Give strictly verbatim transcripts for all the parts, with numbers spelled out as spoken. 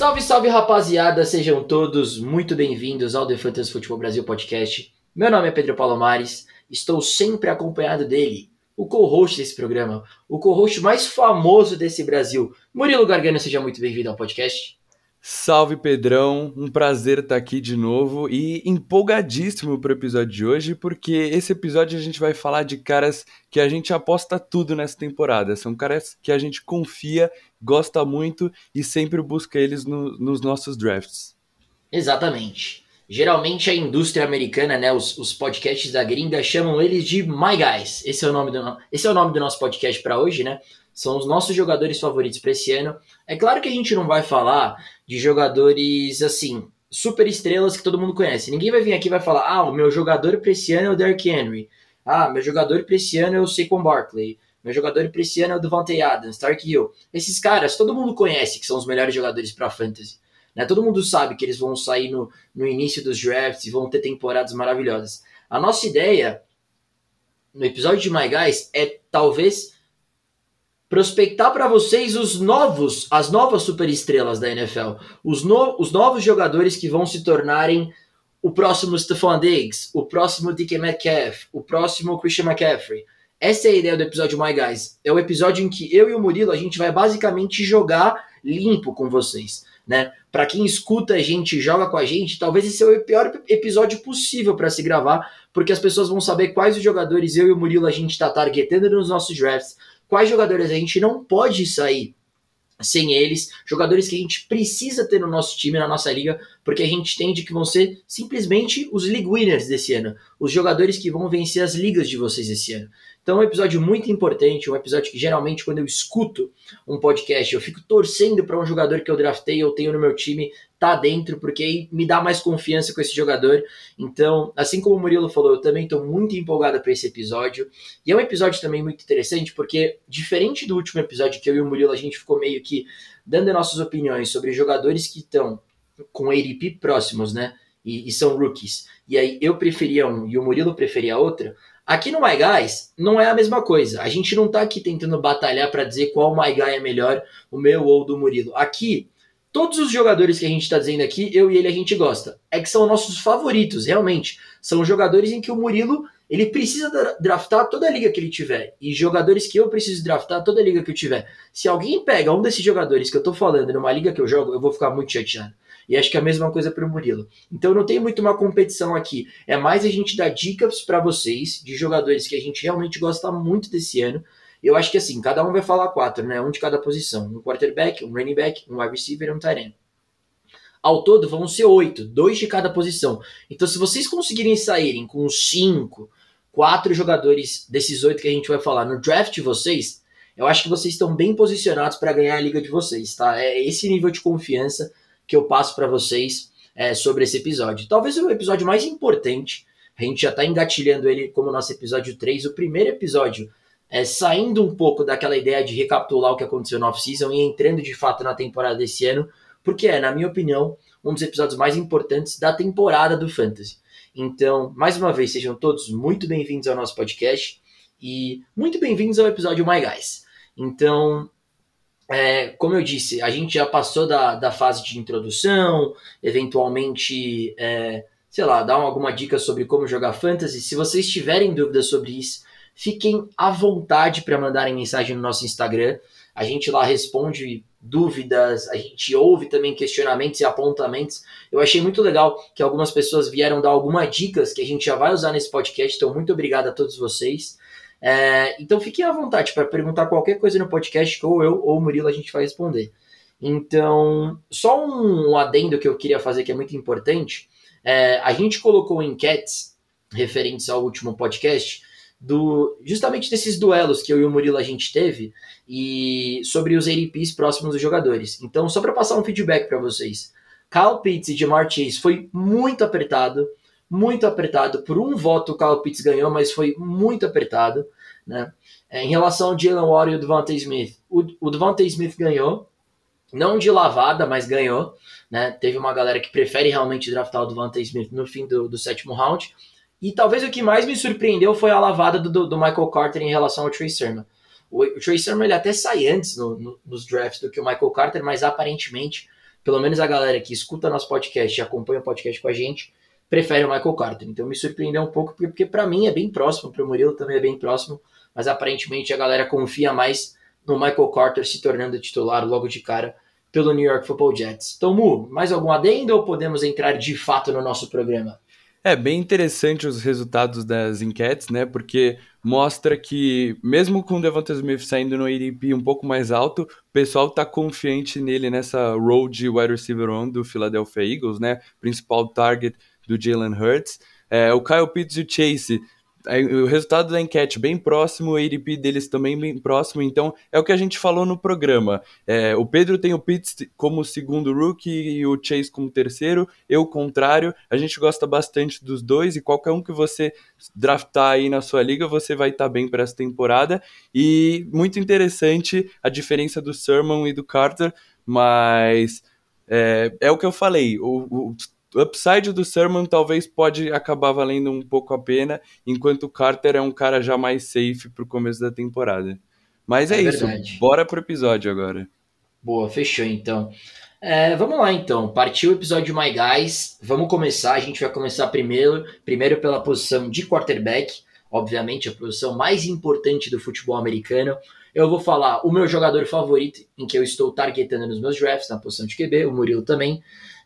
Salve, salve rapaziada, sejam todos muito bem-vindos ao The Fantasy Futebol Brasil Podcast. Meu nome é Pedro Palomares, estou sempre acompanhado dele, o co-host desse programa, o co-host mais famoso desse Brasil. Murilo Gargano, seja muito bem-vindo ao podcast. Salve Pedrão, um prazer estar aqui de novo e empolgadíssimo para o episódio de hoje, porque esse episódio a gente vai falar de caras que a gente aposta tudo nessa temporada. São caras que a gente confia, gosta muito e sempre busca eles no, nos nossos drafts. Exatamente. Geralmente a indústria americana, né, os, os podcasts da gringa chamam eles de My Guys. Esse é o nome do, esse é o nome do nosso podcast para hoje, né? São os nossos jogadores favoritos para esse ano. É claro que a gente não vai falar de jogadores assim, super estrelas que todo mundo conhece. Ninguém vai vir aqui e vai falar: "Ah, o meu jogador para esse ano é o Derrick Henry. Ah, meu jogador para esse ano é o Saquon Barkley. Meu jogador para esse ano é o Davante Adams, Tark Hill". Esses caras todo mundo conhece que são os melhores jogadores para fantasy. Né? Todo mundo sabe que eles vão sair no, no início dos drafts e vão ter temporadas maravilhosas. A nossa ideia no episódio de My Guys é talvez prospectar para vocês os novos, as novas superestrelas da N F L, os, no, os novos jogadores que vão se tornarem o próximo Stephon Diggs, o próximo D K Metcalf, o próximo Christian McCaffrey. Essa é a ideia do episódio My Guys. É o episódio em que eu e o Murilo a gente vai basicamente jogar limpo com vocês, né? Para quem escuta a gente, joga com a gente, talvez esse é o pior episódio possível para se gravar, porque as pessoas vão saber quais os jogadores eu e o Murilo a gente está targetando nos nossos drafts, quais jogadores a gente não pode sair sem eles, jogadores que a gente precisa ter no nosso time, na nossa liga, porque a gente entende que vão ser simplesmente os league winners desse ano, os jogadores que vão vencer as ligas de vocês esse ano. Então é um episódio muito importante, um episódio que geralmente quando eu escuto um podcast, eu fico torcendo para um jogador que eu draftei, eu tenho no meu time, tá dentro, porque aí me dá mais confiança com esse jogador. Então, assim como o Murilo falou, eu também estou muito empolgado para esse episódio. E é um episódio também muito interessante, porque diferente do último episódio que eu e o Murilo, a gente ficou meio que dando nossas opiniões sobre jogadores que estão com A D P próximos, né? E, e são rookies. E aí eu preferia um e o Murilo preferia outro. Aqui no My Guys não é a mesma coisa. A gente não tá aqui tentando batalhar para dizer qual My Guy é melhor, o meu ou o do Murilo. Aqui, todos os jogadores que a gente tá dizendo aqui, eu e ele a gente gosta. É que são nossos favoritos, realmente. São jogadores em que o Murilo, ele precisa draftar toda a liga que ele tiver. E jogadores que eu preciso draftar toda a liga que eu tiver. Se alguém pega um desses jogadores que eu tô falando numa liga que eu jogo, eu vou ficar muito chateado. E acho que é a mesma coisa para o Murilo. Então não tem muito uma competição aqui. É mais a gente dar dicas para vocês de jogadores que a gente realmente gosta muito desse ano. Eu acho que assim, cada um vai falar quatro, né? Um de cada posição. Um quarterback, um running back, um wide receiver e um tight end. Ao todo vão ser oito, dois de cada posição. Então se vocês conseguirem saírem com cinco, quatro jogadores desses oito que a gente vai falar no draft de vocês, eu acho que vocês estão bem posicionados para ganhar a liga de vocês, tá? É esse nível de confiança que eu passo para vocês é, sobre esse episódio. Talvez o episódio mais importante, a gente já está engatilhando ele como nosso episódio três, o primeiro episódio, é, saindo um pouco daquela ideia de recapitular o que aconteceu no off-season e entrando de fato na temporada desse ano, porque é, na minha opinião, um dos episódios mais importantes da temporada do Fantasy. Então, mais uma vez, sejam todos muito bem-vindos ao nosso podcast e muito bem-vindos ao episódio My Guys. Então, É, como eu disse, a gente já passou da, da fase de introdução, eventualmente, é, sei lá, dar alguma dica sobre como jogar fantasy. Se vocês tiverem dúvidas sobre isso, fiquem à vontade para mandarem mensagem no nosso Instagram. A gente lá responde dúvidas, a gente ouve também questionamentos e apontamentos. Eu achei muito legal que algumas pessoas vieram dar algumas dicas que a gente já vai usar nesse podcast, então muito obrigado a todos vocês. É, então fiquem à vontade para perguntar qualquer coisa no podcast que ou eu ou o Murilo a gente vai responder. Então, só um, um adendo que eu queria fazer que é muito importante. É, a gente colocou enquetes referentes ao último podcast do, justamente desses duelos que eu e o Murilo a gente teve e sobre os A D Ps próximos dos jogadores. Então, só para passar um feedback para vocês. Kyle Pitts e Ja'Marr Chase foi muito apertado, muito apertado. Por um voto o Kyle Pitts ganhou, mas foi muito apertado, né? É, em relação ao Jalen Waddle e o Devontae Smith, o, o Devontae Smith ganhou, não de lavada, mas ganhou, né? Teve uma galera que prefere realmente draftar o Devontae Smith no fim do, do sétimo round. E talvez o que mais me surpreendeu foi a lavada do, do Michael Carter em relação ao Trey Sermon. O, o Trey Sermon ele até sai antes no, no, nos drafts do que o Michael Carter, mas aparentemente pelo menos a galera que escuta nosso podcast e acompanha o podcast com a gente, prefere o Michael Carter. Então me surpreendeu um pouco, porque para mim é bem próximo, para o Murilo também é bem próximo, mas aparentemente a galera confia mais no Michael Carter se tornando titular logo de cara pelo New York Football Jets. Então, Mu, mais algum adendo ou podemos entrar de fato no nosso programa? É bem interessante os resultados das enquetes, né? Porque mostra que, mesmo com o Devonta Smith saindo no A D P um pouco mais alto, o pessoal tá confiante nele nessa role de wide receiver one do Philadelphia Eagles, né? Principal target do Jalen Hurts. É, o Kyle Pitts e o Chase, o resultado da enquete bem próximo, o A D P deles também bem próximo, então é o que a gente falou no programa. É, o Pedro tem o Pitts como segundo rookie e o Chase como terceiro, eu contrário, a gente gosta bastante dos dois e qualquer um que você draftar aí na sua liga, você vai estar tá bem para essa temporada. E muito interessante a diferença do Sermon e do Carter, mas é, é o que eu falei, o, o o upside do Sermon talvez pode acabar valendo um pouco a pena, enquanto o Carter é um cara já mais safe pro começo da temporada. Mas é É isso, verdade. bora pro episódio agora. Boa, fechou então. É, vamos lá então, partiu o episódio My Guys, vamos começar, a gente vai começar primeiro, primeiro pela posição de quarterback, obviamente a posição mais importante do futebol americano. Eu vou falar o meu jogador favorito, em que eu estou targetando nos meus drafts, na posição de Q B, o Murilo também.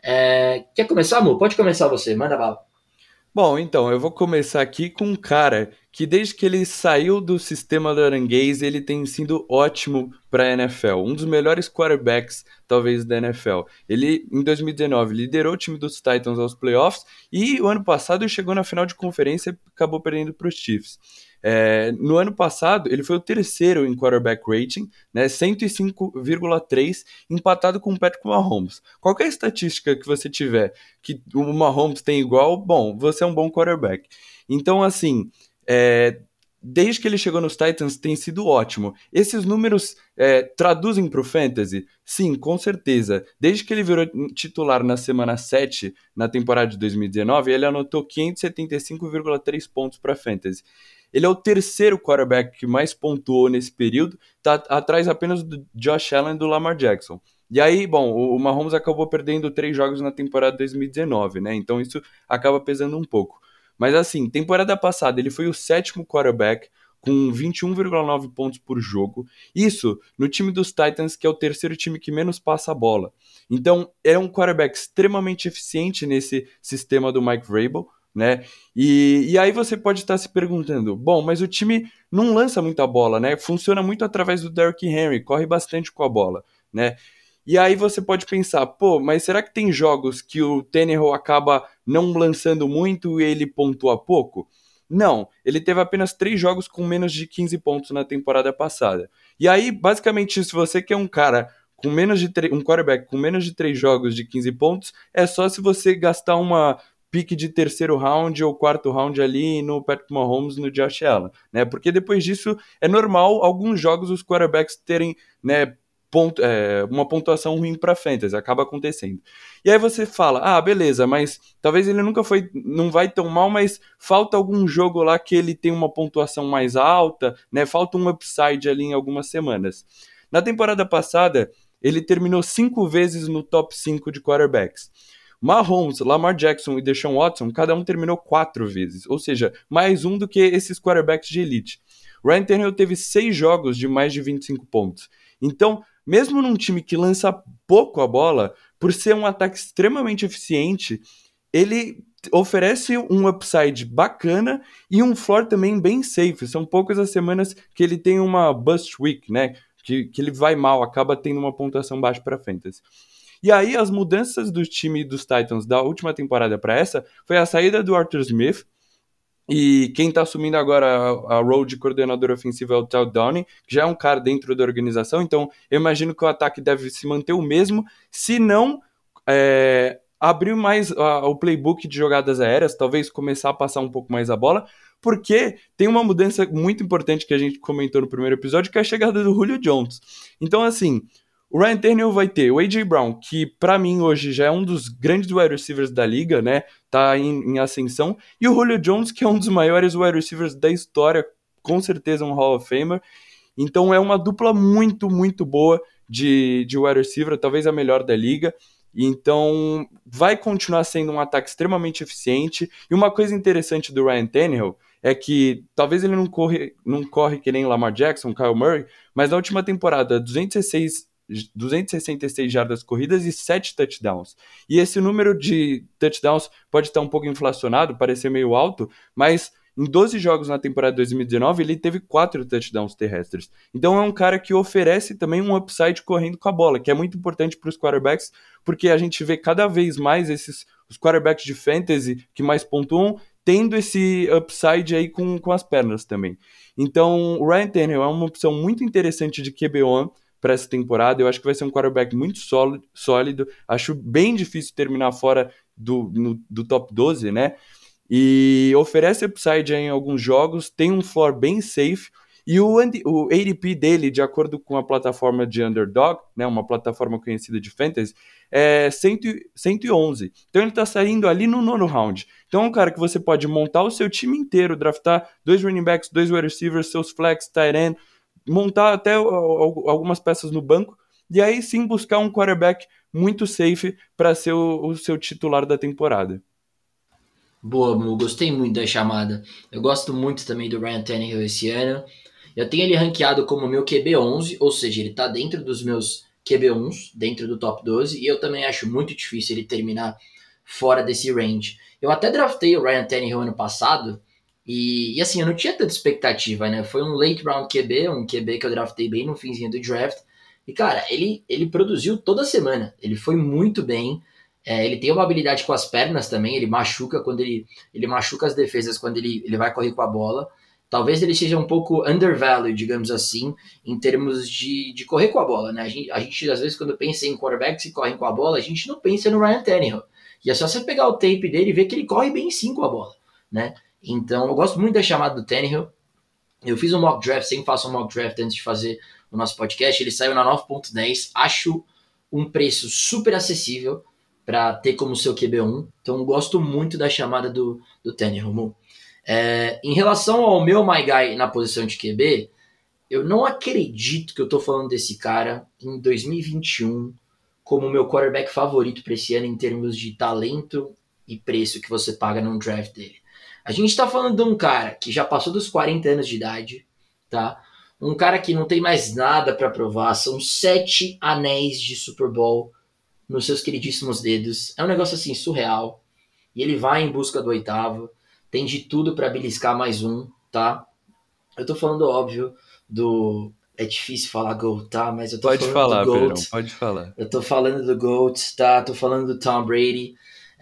É, quer começar, amor? Pode começar você, manda bala. Bom, então, eu vou começar aqui com um cara que desde que ele saiu do sistema do Aranguês, ele tem sido ótimo para a N F L, um dos melhores quarterbacks, talvez, da N F L. Ele, em dois mil e dezenove, liderou o time dos Titans aos playoffs e o ano passado chegou na final de conferência e acabou perdendo para os Chiefs. É, no ano passado, ele foi o terceiro em quarterback rating, né, cento e cinco vírgula três, empatado com o Patrick Mahomes. Qualquer estatística que você tiver que o Mahomes tem igual, bom, você é um bom quarterback. Então, assim, é, desde que ele chegou nos Titans, tem sido ótimo. Esses números é, traduzem para o Fantasy? Sim, com certeza. Desde que ele virou titular na semana sete, na temporada de dois mil e dezenove, ele anotou quinhentos e setenta e cinco vírgula três pontos para Fantasy. Ele é o terceiro quarterback que mais pontuou nesse período, tá atrás apenas do Josh Allen e do Lamar Jackson. E aí, bom, o Mahomes acabou perdendo três jogos na temporada dois mil e dezenove, né? Então isso acaba pesando um pouco. Mas assim, temporada passada ele foi o sétimo quarterback com vinte e um vírgula nove pontos por jogo. Isso no time dos Titans, que é o terceiro time que menos passa a bola. Então é um quarterback extremamente eficiente nesse sistema do Mike Vrabel, né? E, e aí você pode estar se perguntando, bom, mas o time não lança muita bola, né? Funciona muito através do Derrick Henry, corre bastante com a bola, né? E aí você pode pensar, pô, mas será que tem jogos que o Tannehill acaba não lançando muito e ele pontua pouco? Não, ele teve apenas três jogos com menos de quinze pontos na temporada passada. E aí, basicamente, se você quer um cara com menos de um quarterback com menos de três jogos de quinze pontos, é só se você gastar uma pique de terceiro round ou quarto round ali no Patrick Mahomes, no Josh Allen, né? Porque depois disso é normal alguns jogos os quarterbacks terem, né, ponto, é, uma pontuação ruim para fantasy, acaba acontecendo. E aí você fala, ah, beleza, mas talvez ele nunca foi, não vai tão mal, mas falta algum jogo lá que ele tem uma pontuação mais alta, né? Falta um upside ali em algumas semanas. Na temporada passada, ele terminou cinco vezes no top cinco de quarterbacks. Mahomes, Lamar Jackson e Deshaun Watson, cada um terminou quatro vezes, ou seja, mais um do que esses quarterbacks de elite. Ryan Tannehill teve seis jogos de mais de vinte e cinco pontos. Então, mesmo num time que lança pouco a bola, por ser um ataque extremamente eficiente, ele oferece um upside bacana e um floor também bem safe. São poucas as semanas que ele tem uma bust week, né? Que, que ele vai mal, acaba tendo uma pontuação baixa para fantasy. E aí, as mudanças do time dos Titans da última temporada para essa foi a saída do Arthur Smith. E quem está assumindo agora a, a role de coordenador ofensivo é o Todd Downing, que já é um cara dentro da organização. Então, eu imagino que o ataque deve se manter o mesmo, se não é, abrir mais a, o playbook de jogadas aéreas, talvez começar a passar um pouco mais a bola, porque tem uma mudança muito importante que a gente comentou no primeiro episódio, que é a chegada do Julio Jones. Então, assim, o Ryan Tannehill vai ter o A J Brown, que para mim hoje já é um dos grandes wide receivers da liga, né? Tá em, em ascensão. E o Julio Jones, que é um dos maiores wide receivers da história, com certeza um Hall of Famer. Então é uma dupla muito, muito boa de, de wide receiver, talvez a melhor da liga. Então, vai continuar sendo um ataque extremamente eficiente. E uma coisa interessante do Ryan Tannehill é que talvez ele não corre, não corre que nem Lamar Jackson, Kyle Murray, mas na última temporada, duzentos e seis, duzentos e sessenta e seis jardas corridas e sete touchdowns. E esse número de touchdowns pode estar um pouco inflacionado, parecer meio alto, mas em doze jogos na temporada de dois mil e dezenove, ele teve quatro touchdowns terrestres. Então é um cara que oferece também um upside correndo com a bola, que é muito importante para os quarterbacks, porque a gente vê cada vez mais esses os quarterbacks de fantasy que mais pontuam, tendo esse upside aí com, com as pernas também. Então o Ryan Tannehill é uma opção muito interessante de Q B um para essa temporada. Eu acho que vai ser um quarterback muito sólido, sólido. Acho bem difícil terminar fora do, no, do top doze, né? E oferece upside em alguns jogos, tem um floor bem safe, e o, o A D P dele, de acordo com a plataforma de Underdog, né, uma plataforma conhecida de fantasy, é cento, cento e onze. Então ele está saindo ali no nono round. Então é um cara que você pode montar o seu time inteiro, draftar dois running backs, dois wide receivers, seus flex, tight end, montar até algumas peças no banco, e aí sim buscar um quarterback muito safe para ser o, o seu titular da temporada. Boa, Mu, gostei muito da chamada. Eu gosto muito também do Ryan Tannehill esse ano. Eu tenho ele ranqueado como meu Q B onze, ou seja, ele tá dentro dos meus Q B uns, dentro do top doze, e eu também acho muito difícil ele terminar fora desse range. Eu até draftei o Ryan Tannehill ano passado, e, e assim, eu não tinha tanta expectativa, né? Foi um late round Q B, um Q B que eu draftei bem no finzinho do draft, e cara, ele, ele produziu toda semana, ele foi muito bem. É, ele tem uma habilidade com as pernas também, ele machuca quando ele, ele machuca as defesas quando ele, ele vai correr com a bola. Talvez ele seja um pouco undervalued, digamos assim, em termos de, de correr com a bola, né? A gente, a gente, às vezes, quando pensa em quarterbacks que correm com a bola, a gente não pensa no Ryan Tannehill. E é só você pegar o tape dele e ver que ele corre bem sim com a bola, né? Então, eu gosto muito da chamada do Tannehill. Eu fiz um mock draft, sempre faço um mock draft antes de fazer o nosso podcast. Ele saiu na nove ponto dez. Acho um preço super acessível para ter como seu Q B um. Então, gosto muito da chamada do, do Tannehill. É, em relação ao meu My Guy na posição de Q B, eu não acredito que eu tô falando desse cara em dois mil e vinte e um como meu quarterback favorito para esse ano em termos de talento e preço que você paga num draft dele. A gente tá falando de um cara que já passou dos quarenta anos de idade, tá? Um cara que não tem mais nada para provar, são sete anéis de Super Bowl nos seus queridíssimos dedos. É um negócio assim surreal. E ele vai em busca do oitavo. Tem de tudo para beliscar mais um, tá? Eu tô falando, óbvio, do... É difícil falar GOAT, tá? Mas eu tô Pode falando do falar, Pedrão, GOAT. pode falar. Eu tô falando do GOAT, tá? Tô falando do Tom Brady.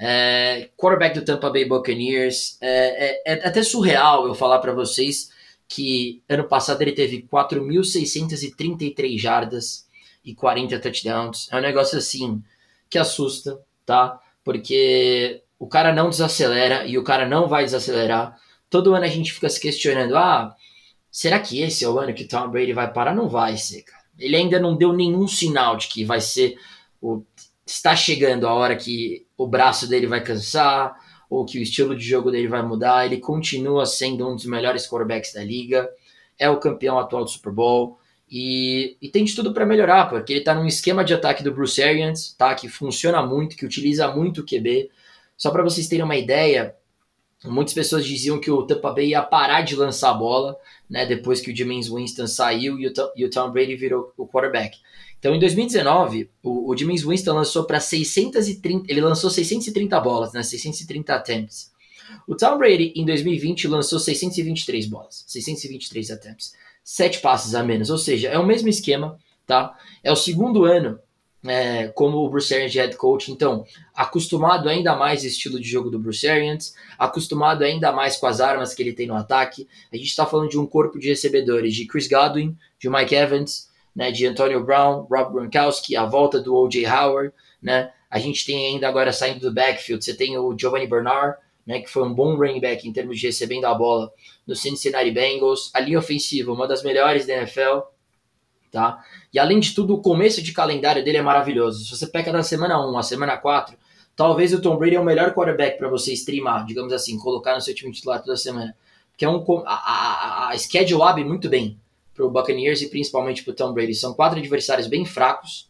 É, quarterback do Tampa Bay Buccaneers. É, é, é até surreal eu falar para vocês que ano passado ele teve quatro mil seiscentos e trinta e três jardas e quarenta touchdowns. É um negócio assim que assusta, tá? Porque o cara não desacelera e o cara não vai desacelerar. Todo ano a gente fica se questionando, ah, será que esse é o ano que Tom Brady vai parar? Não vai ser, cara. Ele ainda não deu nenhum sinal de que vai ser o está chegando a hora que o braço dele vai cansar ou que o estilo de jogo dele vai mudar. Ele continua sendo um dos melhores quarterbacks da liga, é o campeão atual do Super Bowl e, e tem de tudo para melhorar, porque ele está num esquema de ataque do Bruce Arians, tá, que funciona muito, que utiliza muito o Q B. Só para vocês terem uma ideia, muitas pessoas diziam que o Tampa Bay ia parar de lançar a bola, né, depois que o Jameis Winston saiu e o, e o Tom Brady virou o quarterback. Então, em dois mil e dezenove, o, o Jameis Winston lançou para seiscentos e trinta, ele lançou seiscentos e trinta bolas, né, seiscentos e trinta attempts. O Tom Brady, em dois mil e vinte, lançou seiscentos e vinte e três bolas, seiscentos e vinte e três attempts, sete passes a menos, ou seja, é o mesmo esquema, tá? É o segundo ano é, como o Bruce Arians de head coach, então acostumado ainda mais ao estilo de jogo do Bruce Arians, acostumado ainda mais com as armas que ele tem no ataque. A gente está falando de um corpo de recebedores de Chris Godwin, de Mike Evans, né, de Antonio Brown, Rob Gronkowski, a volta do O J Howard, né? A gente tem ainda agora saindo do backfield, você tem o Giovanni Bernard, né, que foi um bom running back em termos de recebendo a bola no Cincinnati Bengals. A linha ofensiva, uma das melhores da N F L, tá? E além de tudo, o começo de calendário dele é maravilhoso. Se você pega da semana um a semana quatro, talvez o Tom Brady é o melhor quarterback para você streamar, digamos assim, colocar no seu time titular toda semana. Porque é um, a, a, a schedule abre muito bem para o Buccaneers e principalmente para o Tom Brady. São quatro adversários bem fracos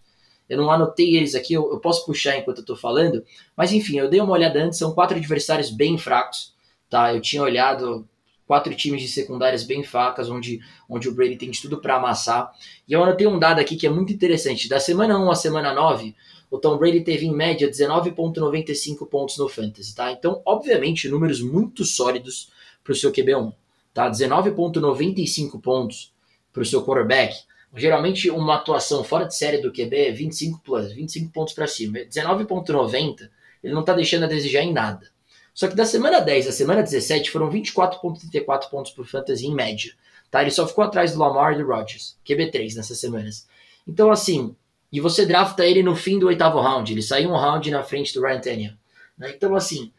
Eu não anotei eles aqui, eu, eu posso puxar enquanto eu tô falando, mas enfim, eu dei uma olhada antes, são quatro adversários bem fracos, tá? Eu tinha olhado quatro times de secundárias bem fracas, onde, onde o Brady tem de tudo para amassar. E eu anotei um dado aqui que é muito interessante. Da semana um à semana nove, o Tom Brady teve em média dezenove vírgula noventa e cinco pontos no Fantasy, tá? Então, obviamente, números muito sólidos para o seu Q B um, tá? dezenove vírgula noventa e cinco pontos para o seu quarterback. Geralmente, uma atuação fora de série do Q B é vinte e cinco plus, vinte e cinco pontos para cima. dezenove vírgula noventa, ele não está deixando a desejar em nada. Só que da semana dez à semana dezessete foram vinte e quatro vírgula trinta e quatro pontos por fantasy em média. Tá? Ele só ficou atrás do Lamar e do Rodgers, Q B três nessas semanas. Então, assim, e você drafta ele no fim do oitavo round, ele saiu um round na frente do Ryan Tannehill. Né? Então, assim,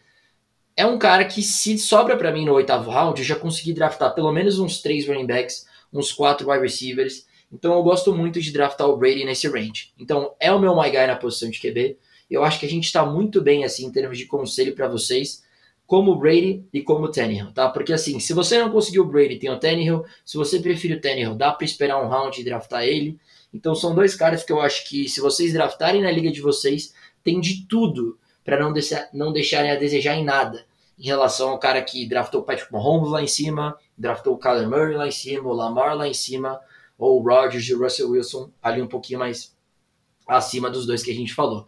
é um cara que se sobra para mim no oitavo round, eu já consegui draftar pelo menos uns três running backs, uns quatro wide receivers. Então eu gosto muito de draftar o Brady nesse range. Então é o meu my guy na posição de Q B. Eu acho que a gente está muito bem assim em termos de conselho para vocês, como o Brady e como o Tannehill, tá? Porque assim, se você não conseguiu o Brady, tem o Tannehill. Se você prefere o Tannehill, dá para esperar um round e draftar ele. Então são dois caras que eu acho que se vocês draftarem na liga de vocês, tem de tudo para não, deixar, não deixarem a desejar em nada em relação ao cara que draftou o Patrick Mahomes lá em cima, draftou o Kyler Murray lá em cima, o Lamar lá em cima, ou o Rodgers e o Russell Wilson ali um pouquinho mais acima dos dois que a gente falou.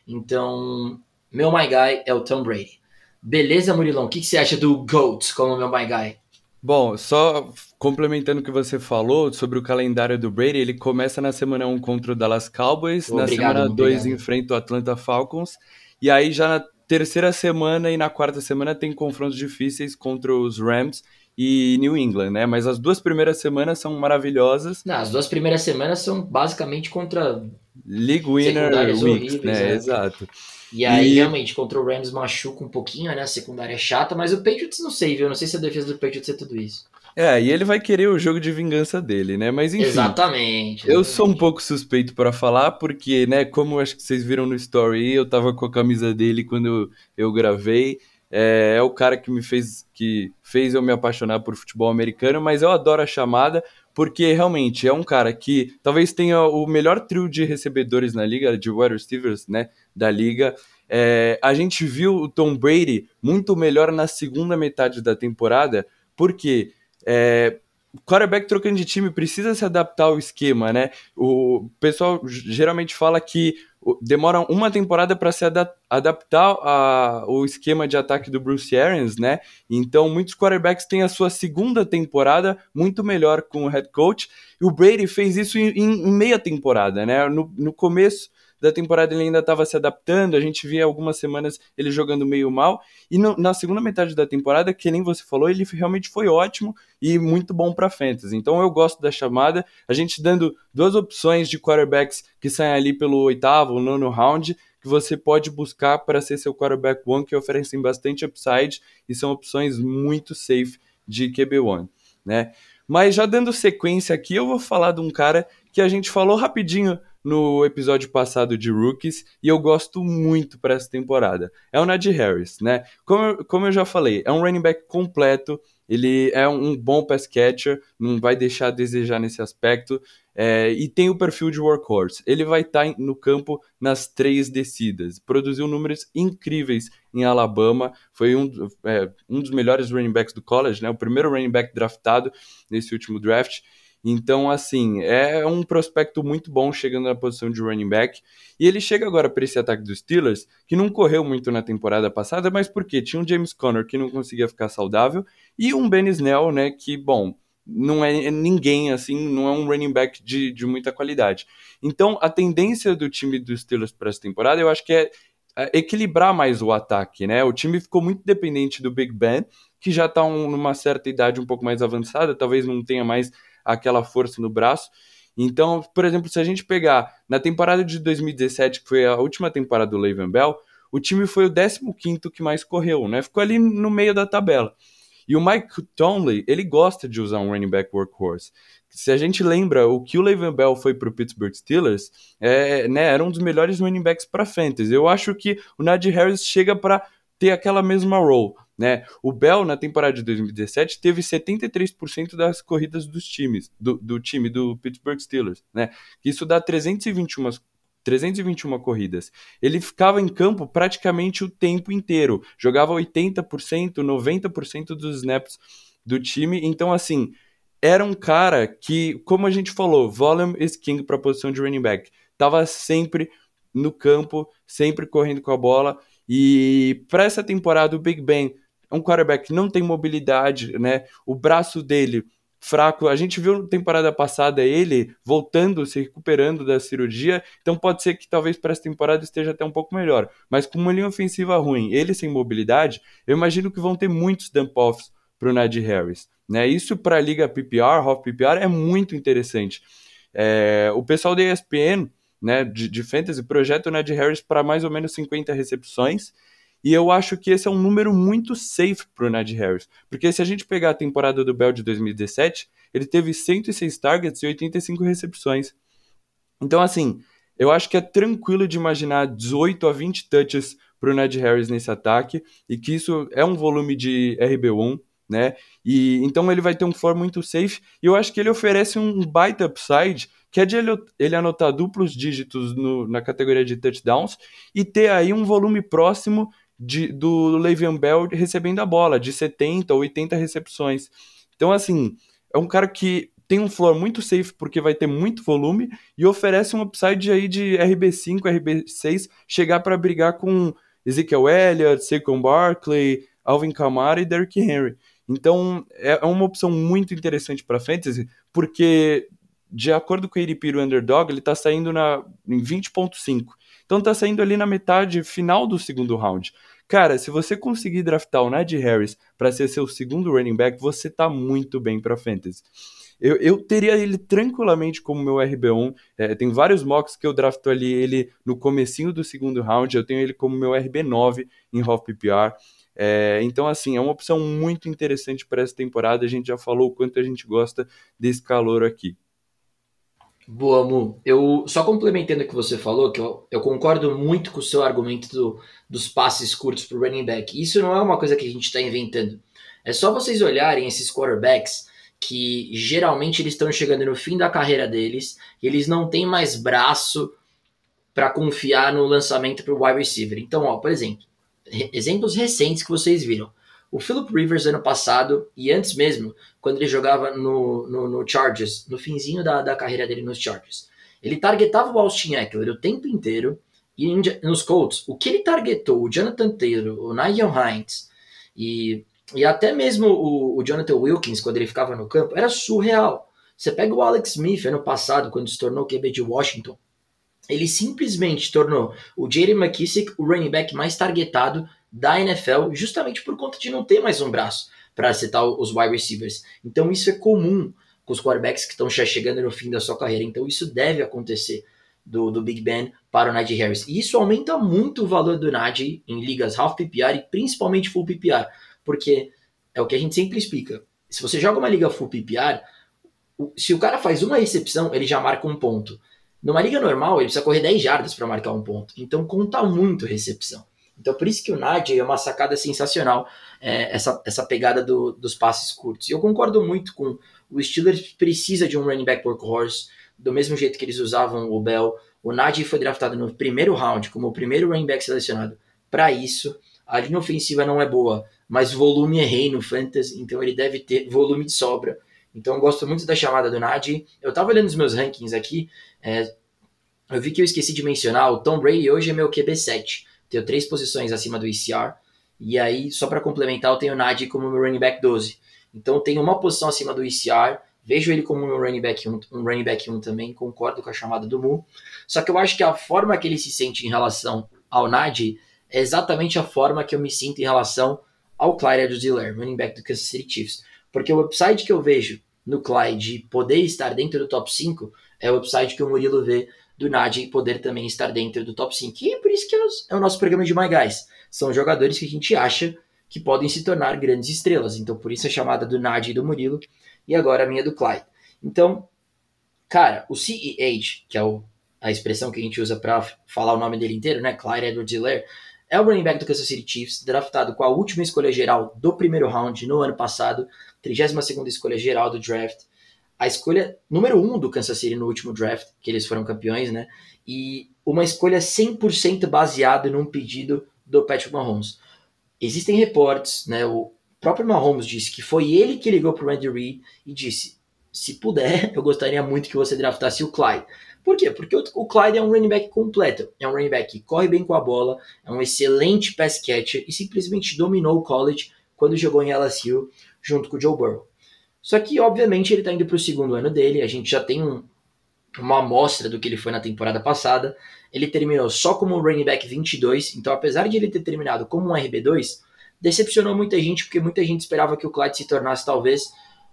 Então, meu my guy é o Tom Brady. Beleza, Murilão? O que, que você acha do GOAT como meu my guy? Bom, só complementando o que você falou sobre o calendário do Brady, ele começa na semana um contra o Dallas Cowboys, na Obrigado, semana dois obrigado. enfrenta o Atlanta Falcons, e aí já na terceira semana e na quarta semana tem confrontos difíceis contra os Rams e New England, né? Mas as duas primeiras semanas são maravilhosas. Não, as duas primeiras semanas são basicamente contra League Winner secundárias Weeks, horríveis, né? é. Exato. E aí, E realmente, contra o Rams machuca um pouquinho, né? A secundária é chata, mas o Patriots não sei, viu? Eu não sei se a defesa do Patriots é tudo isso. é, e ele vai querer o jogo de vingança dele, né? Mas enfim, Exatamente, eu sou um exatamente. pouco suspeito para falar, porque, né, como eu acho que vocês viram no story, eu tava com a camisa dele quando eu, eu gravei. É, é o cara que me fez que fez eu me apaixonar por futebol americano, mas eu adoro a chamada, porque realmente é um cara que talvez tenha o melhor trio de recebedores na liga, de wide receivers, né, da liga. É, a gente viu o Tom Brady muito melhor na segunda metade da temporada, porque é, o quarterback trocando de time precisa se adaptar ao esquema, né? O pessoal geralmente fala que demora uma temporada para se adap- adaptar ao esquema de ataque do Bruce Arians, né? Então, muitos quarterbacks têm a sua segunda temporada muito melhor com o head coach. E o Brady fez isso em, em meia temporada, né? No, no começo da temporada ele ainda estava se adaptando, a gente via algumas semanas ele jogando meio mal, e no, na segunda metade da temporada, que nem você falou, ele realmente foi ótimo e muito bom para fantasy. Então eu gosto da chamada, a gente dando duas opções de quarterbacks que saem ali pelo oitavo ou nono round, que você pode buscar para ser seu quarterback one, que oferecem bastante upside e são opções muito safe de Q B um, né? Mas já dando sequência aqui, eu vou falar de um cara que a gente falou rapidinho no episódio passado de Rookies, e eu gosto muito para essa temporada. É o Najee Harris, né? Como, eu- como eu já falei, é um running back completo, ele é um bom pass catcher, não vai deixar a desejar nesse aspecto, é, e tem o perfil de workhorse. Ele vai estar no campo nas três descidas, produziu números incríveis em Alabama, foi um, é, um dos melhores running backs do college, né? O primeiro running back draftado nesse último draft. Então, assim, é um prospecto muito bom chegando na posição de running back. E ele chega agora para esse ataque dos Steelers, que não correu muito na temporada passada, mas por quê? Tinha um James Conner que não conseguia ficar saudável e um Ben Snell, né, que, bom, não é ninguém, assim, não é um running back de, de muita qualidade. Então, a tendência do time dos Steelers para essa temporada, eu acho que é é equilibrar mais o ataque, né? O time ficou muito dependente do Big Ben, que já está um, numa certa idade um pouco mais avançada, talvez não tenha mais aquela força no braço. Então, por exemplo, se a gente pegar na temporada de dois mil e dezessete, que foi a última temporada do Le'Veon Bell, o time foi o décimo quinto que mais correu, né? Ficou ali no meio da tabela. E o Mike Tomlin, ele gosta de usar um running back workhorse. Se a gente lembra, o que o Le'Veon Bell foi para o Pittsburgh Steelers, é, né, era um dos melhores running backs para fantasy. Eu acho que o Najee Harris chega para ter aquela mesma role, né? O Bell, na temporada de dois mil e dezessete, teve setenta e três por cento das corridas dos times, do, do time do Pittsburgh Steelers, né? Isso dá trezentas e vinte e uma trezentas e vinte e uma corridas. Ele ficava em campo praticamente o tempo inteiro, jogava oitenta por cento, noventa por cento dos snaps do time, então assim, era um cara que, como a gente falou, volume is king para a posição de running back, estava sempre no campo, sempre correndo com a bola, e para essa temporada o Big Ben é um quarterback que não tem mobilidade, né? O braço dele fraco, a gente viu na temporada passada ele voltando, se recuperando da cirurgia, então pode ser que talvez para essa temporada esteja até um pouco melhor, mas com uma linha ofensiva ruim, ele sem mobilidade, eu imagino que vão ter muitos dump-offs para o Najee Harris, né? Isso para a liga P P R, half P P R, é muito interessante. É, o pessoal da E S P N, né, de, de Fantasy, projeta o Najee Harris para mais ou menos cinquenta recepções, e eu acho que esse é um número muito safe para o Najee Harris, porque se a gente pegar a temporada do Bell de dois mil e dezessete, ele teve cento e seis targets e oitenta e cinco recepções. Então, assim, eu acho que é tranquilo de imaginar dezoito a vinte touches para o Najee Harris nesse ataque, e que isso é um volume de R B um, né? E então ele vai ter um floor muito safe, e eu acho que ele oferece um baita upside, que é de ele, ele anotar duplos dígitos no, na categoria de touchdowns e ter aí um volume próximo de, do Le'Veon Bell recebendo a bola, de setenta, oitenta recepções. Então, assim, é um cara que tem um floor muito safe porque vai ter muito volume e oferece um upside aí de R B cinco, R B seis, chegar para brigar com Ezekiel Elliott, Saquon Barkley, Alvin Kamara e Derrick Henry. Então, é uma opção muito interessante para Fantasy, porque, de acordo com o A D P do Underdog, ele está saindo na, em vinte ponto cinco. Então, está saindo ali na metade final do segundo round. Cara, se você conseguir draftar o Najee Harris para ser seu segundo running back, você está muito bem para Fantasy. Eu, eu teria ele tranquilamente como meu R B um. É, tem vários mocks que eu drafto ali ele no comecinho do segundo round. Eu tenho ele como meu R B nove em half P P R. É, então, assim, é uma opção muito interessante para essa temporada. A gente já falou o quanto a gente gosta desse calor aqui. Boa, Mu. Eu, só complementando o que você falou, que eu, eu concordo muito com o seu argumento do, dos passes curtos para o running back. Isso não é uma coisa que a gente está inventando. É só vocês olharem esses quarterbacks que geralmente eles estão chegando no fim da carreira deles e eles não têm mais braço para confiar no lançamento para o wide receiver. Então, ó, por exemplo, exemplos recentes que vocês viram. O Philip Rivers ano passado, e antes mesmo, quando ele jogava no, no, no Chargers, no finzinho da, da carreira dele nos Chargers, ele targetava o Austin Eckler o tempo inteiro, e nos Colts, o que ele targetou, o Jonathan Taylor, o Nyheim Hines, e, e até mesmo o, o Jonathan Wilkins, quando ele ficava no campo, era surreal. Você pega o Alex Smith ano passado, quando se tornou Q B de Washington, ele simplesmente tornou o J D McKissick o running back mais targetado da N F L, justamente por conta de não ter mais um braço para acertar os wide receivers. Então isso é comum com os quarterbacks que estão já chegando no fim da sua carreira. Então isso deve acontecer do, do Big Ben para o Najee Harris. E isso aumenta muito o valor do Najee em ligas half P P R e principalmente full P P R, porque é o que a gente sempre explica. Se você joga uma liga full P P R, se o cara faz uma recepção, ele já marca um ponto. Numa liga normal, ele precisa correr dez jardas para marcar um ponto. Então conta muito recepção. Então por isso que o Najee é uma sacada sensacional, é, essa, essa pegada do, dos passes curtos. E eu concordo muito com o Steelers precisa de um running back workhorse, do mesmo jeito que eles usavam o Bell. O Najee foi draftado no primeiro round como o primeiro running back selecionado para isso. A linha ofensiva não é boa, mas volume é rei no fantasy, então ele deve ter volume de sobra. Então eu gosto muito da chamada do Najee. Eu estava olhando os meus rankings aqui, é, eu vi que eu esqueci de mencionar, o Tom Brady hoje é meu Q B sete. Tenho três posições acima do E C R. E aí, só para complementar, eu tenho o Najee como meu running back doze. Então, eu tenho uma posição acima do E C R. Vejo ele como meu running back um, um running back um também. Concordo com a chamada do Mu. Só que eu acho que a forma que ele se sente em relação ao Najee é exatamente a forma que eu me sinto em relação ao Clyde Edwards-Helaire, running back do Kansas City Chiefs. Porque o upside que eu vejo no Clyde de poder estar dentro do top cinco é o upside que o Murilo vê do Najee poder também estar dentro do top cinco. E é por isso que é o nosso programa de My Guys. São jogadores que a gente acha que podem se tornar grandes estrelas. Então, por isso a chamada do Najee e do Murilo. E agora a minha do Clyde. Então, cara, o C E H, que é o, a expressão que a gente usa para falar o nome dele inteiro, né? Clyde Edwards-Helaire, é o running back do Kansas City Chiefs, draftado com a última escolha geral do primeiro round no ano passado, trigésima segunda escolha geral do draft. A escolha número um do Kansas City no último draft, que eles foram campeões, né? E uma escolha cem por cento baseada num pedido do Patrick Mahomes. Existem reportes, né, o próprio Mahomes disse que foi ele que ligou para o Andy Reid e disse, se puder, eu gostaria muito que você draftasse o Clyde. Por quê? Porque o Clyde é um running back completo, é um running back que corre bem com a bola, é um excelente pass catcher e simplesmente dominou o college quando jogou em L S U junto com o Joe Burrow. Só que, obviamente, ele está indo para o segundo ano dele, a gente já tem um, uma amostra do que ele foi na temporada passada. Ele terminou só como running back vinte e dois, então apesar de ele ter terminado como um R B dois, decepcionou muita gente, porque muita gente esperava que o Clyde se tornasse talvez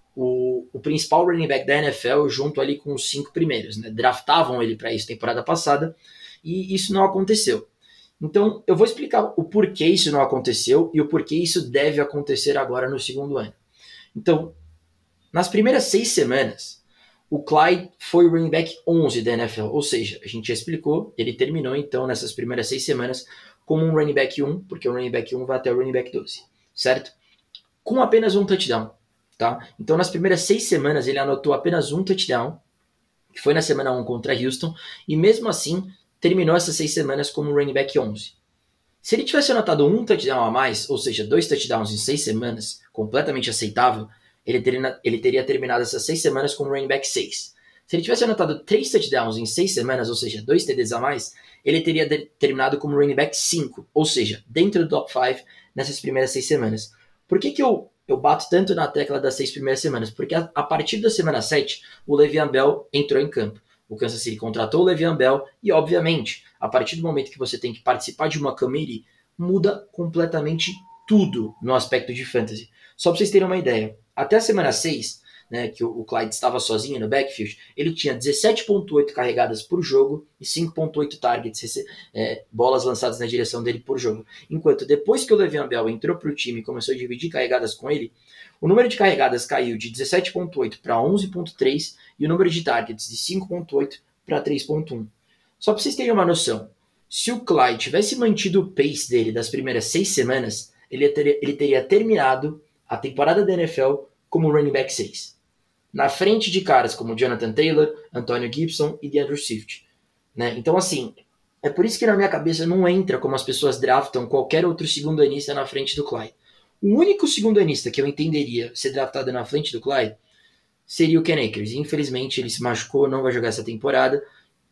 o, o principal running back da N F L, junto ali com os cinco primeiros, né? Draftavam ele para isso temporada passada, e isso não aconteceu. Então eu vou explicar o porquê isso não aconteceu e o porquê isso deve acontecer agora no segundo ano. Então, nas primeiras seis semanas, o Clyde foi o running back onze da N F L, ou seja, a gente já explicou, ele terminou então nessas primeiras seis semanas como um running back um, porque o running back um vai até o running back doze, certo? Com apenas um touchdown, tá? Então nas primeiras seis semanas ele anotou apenas um touchdown, que foi na semana um contra Houston, e mesmo assim terminou essas seis semanas como running back onze. Se ele tivesse anotado um touchdown a mais, ou seja, dois touchdowns em seis semanas, completamente aceitável, ele teria, ele teria terminado essas seis semanas como running back seis. Se ele tivesse anotado três touchdowns em seis semanas, ou seja, dois T Ds a mais, ele teria de, terminado como running back cinco, ou seja, dentro do top cinco nessas primeiras seis semanas. Por que, que eu, eu bato tanto na tecla das seis primeiras semanas? Porque a, a partir da semana sete, o Le'Veon Bell entrou em campo. O Kansas City contratou o Le'Veon Bell e, obviamente, a partir do momento que você tem que participar de uma committee, muda completamente tudo no aspecto de fantasy. Só para vocês terem uma ideia, até a semana seis, né, que o Clyde estava sozinho no backfield, ele tinha dezessete vírgula oito carregadas por jogo e cinco vírgula oito targets, é, bolas lançadas na direção dele por jogo. Enquanto depois que o Le'Veon Bell entrou para o time e começou a dividir carregadas com ele, o número de carregadas caiu de dezessete vírgula oito para onze vírgula três e o número de targets de cinco vírgula oito para três vírgula um. Só para vocês terem uma noção, se o Clyde tivesse mantido o pace dele das primeiras seis semanas, ele teria, ele teria terminado a temporada da N F L como running back seis. Na frente de caras como Jonathan Taylor, Antonio Gibson e DeAndre Swift. Né? Então, assim, é por isso que na minha cabeça não entra como as pessoas draftam qualquer outro segundo-anista na frente do Clyde. O único segundo-anista que eu entenderia ser draftado na frente do Clyde seria o Ken Akers. Infelizmente, ele se machucou, não vai jogar essa temporada.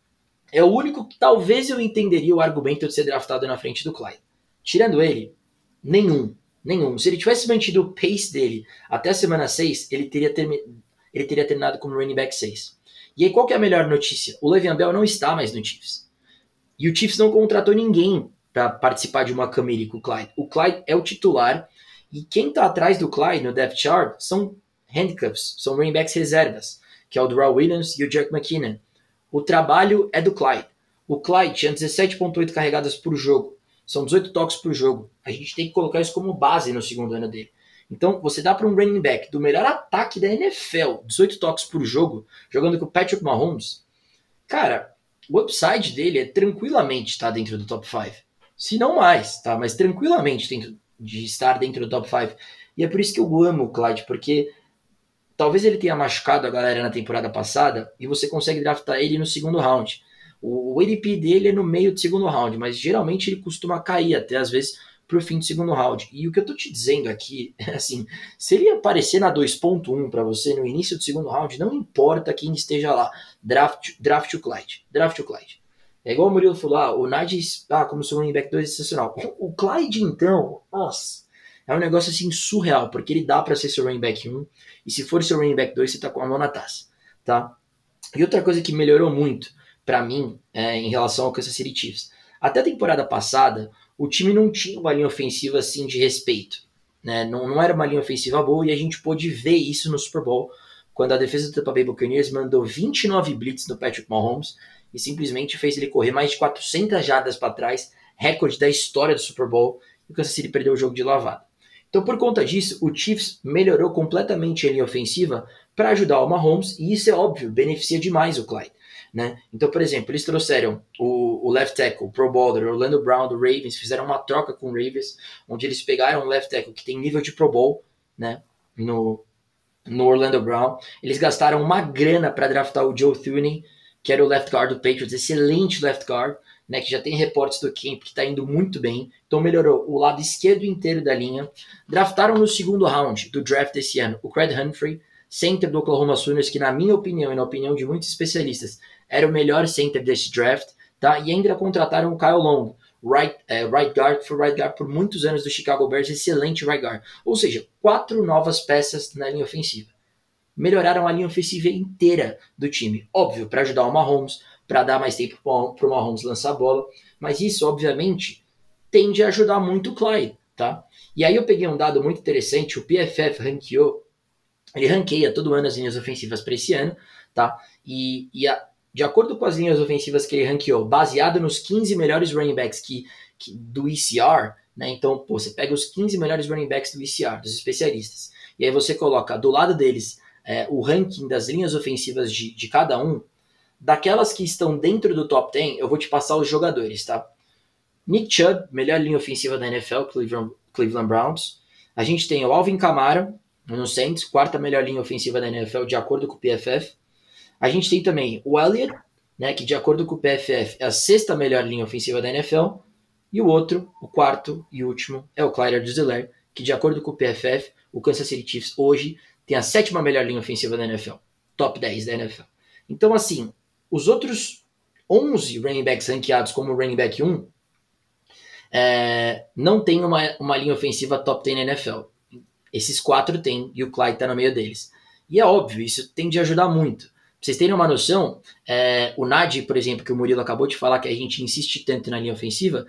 É o único que talvez eu entenderia o argumento de ser draftado na frente do Clyde. Tirando ele, nenhum. Nenhum. Se ele tivesse mantido o pace dele até a semana seis, ele teria, termi- ele teria terminado como running back seis. E aí, qual que é a melhor notícia? O Le'Veon Bell não está mais no Chiefs. E o Chiefs não contratou ninguém para participar de uma committee com o Clyde. O Clyde é o titular e quem está atrás do Clyde no depth chart são handcuffs, são running backs reservas, que é o Darrell Williams e o Jerick McKinnon. O trabalho é do Clyde. O Clyde tinha dezessete vírgula oito carregadas por jogo. São dezoito toques por jogo. A gente tem que colocar isso como base no segundo ano dele. Então, você dá para um running back do melhor ataque da N F L, dezoito toques por jogo, jogando com o Patrick Mahomes. Cara, o upside dele é tranquilamente estar dentro do top cinco. Se não mais, tá? Mas tranquilamente dentro de estar dentro do top cinco. E é por isso que eu amo o Clyde, porque talvez ele tenha machucado a galera na temporada passada e você consegue draftar ele no segundo round. O A D P dele é no meio do segundo round, mas geralmente ele costuma cair até às vezes pro fim do segundo round. E o que eu tô te dizendo aqui é assim, se ele aparecer na dois ponto um para você no início do segundo round, não importa quem esteja lá, draft, draft o Clyde, draft o Clyde. É igual o Murilo falou, ah, o Najee, ah, como seu running back dois é sensacional. O Clyde então, nossa, é um negócio assim surreal, porque ele dá para ser seu running back um, e se for seu running back dois, você tá com a mão na taça, tá? E outra coisa que melhorou muito para mim é, em relação ao Kansas City Chiefs. Até a temporada passada, o time não tinha uma linha ofensiva assim de respeito. Né? Não, não era uma linha ofensiva boa e a gente pôde ver isso no Super Bowl, quando a defesa do Tampa Bay Buccaneers mandou vinte e nove blitz no Patrick Mahomes e simplesmente fez ele correr mais de quatrocentas jardas para trás, recorde da história do Super Bowl, e o Kansas City perdeu o jogo de lavada. Então, por conta disso, o Chiefs melhorou completamente a linha ofensiva para ajudar o Mahomes, e isso é óbvio, beneficia demais o Clyde. Né? Então, por exemplo, eles trouxeram o, o left tackle, o Pro Bowler, Orlando Brown do Ravens, fizeram uma troca com o Ravens, onde eles pegaram um left tackle que tem nível de Pro Bowl, né, no, no Orlando Brown. Eles gastaram uma grana para draftar o Joe Thuney, que era o left guard do Patriots, excelente left guard, né, que já tem reportes do camp que está indo muito bem, então melhorou o lado esquerdo inteiro da linha. Draftaram no segundo round do draft desse ano o Craig Humphrey, center do Oklahoma Sooners, que na minha opinião e na opinião de muitos especialistas era o melhor center desse draft, tá? E ainda contrataram o Kyle Long, right, é, right guard, foi right guard por muitos anos do Chicago Bears, excelente right guard. Ou seja, quatro novas peças na linha ofensiva. Melhoraram a linha ofensiva inteira do time. Óbvio, para ajudar o Mahomes, para dar mais tempo para o Mahomes lançar a bola, mas isso, obviamente, tende a ajudar muito o Clyde, tá? E aí eu peguei um dado muito interessante, o P F F ranqueou, ele ranqueia todo ano as linhas ofensivas para esse ano, tá? E, e a, de acordo com as linhas ofensivas que ele ranqueou, baseado nos quinze melhores running backs que, que, do E C R, né? Então, pô, você pega os quinze melhores running backs do E C R, dos especialistas, e aí você coloca do lado deles é, o ranking das linhas ofensivas de, de cada um. Daquelas que estão dentro do top dez, eu vou te passar os jogadores, tá? Nick Chubb, melhor linha ofensiva da N F L, Cleveland, Cleveland Browns. A gente tem o Alvin Kamara, no Saints, quarta melhor linha ofensiva da N F L, de acordo com o P F F. A gente tem também o Elliott, né, que de acordo com o P F F é a sexta melhor linha ofensiva da N F L. E o outro, o quarto e último, é o Clyde Edwards-Helaire, que de acordo com o P F F, o Kansas City Chiefs hoje tem a sétima melhor linha ofensiva da N F L. Top dez da N F L. Então, assim, os outros onze running backs ranqueados como running back um é, não tem uma, uma linha ofensiva top dez na N F L. Esses quatro tem e o Clyde está no meio deles. E é óbvio, isso tende a ajudar muito. Pra vocês terem uma noção, é, o Najee, por exemplo, que o Murilo acabou de falar que a gente insiste tanto na linha ofensiva,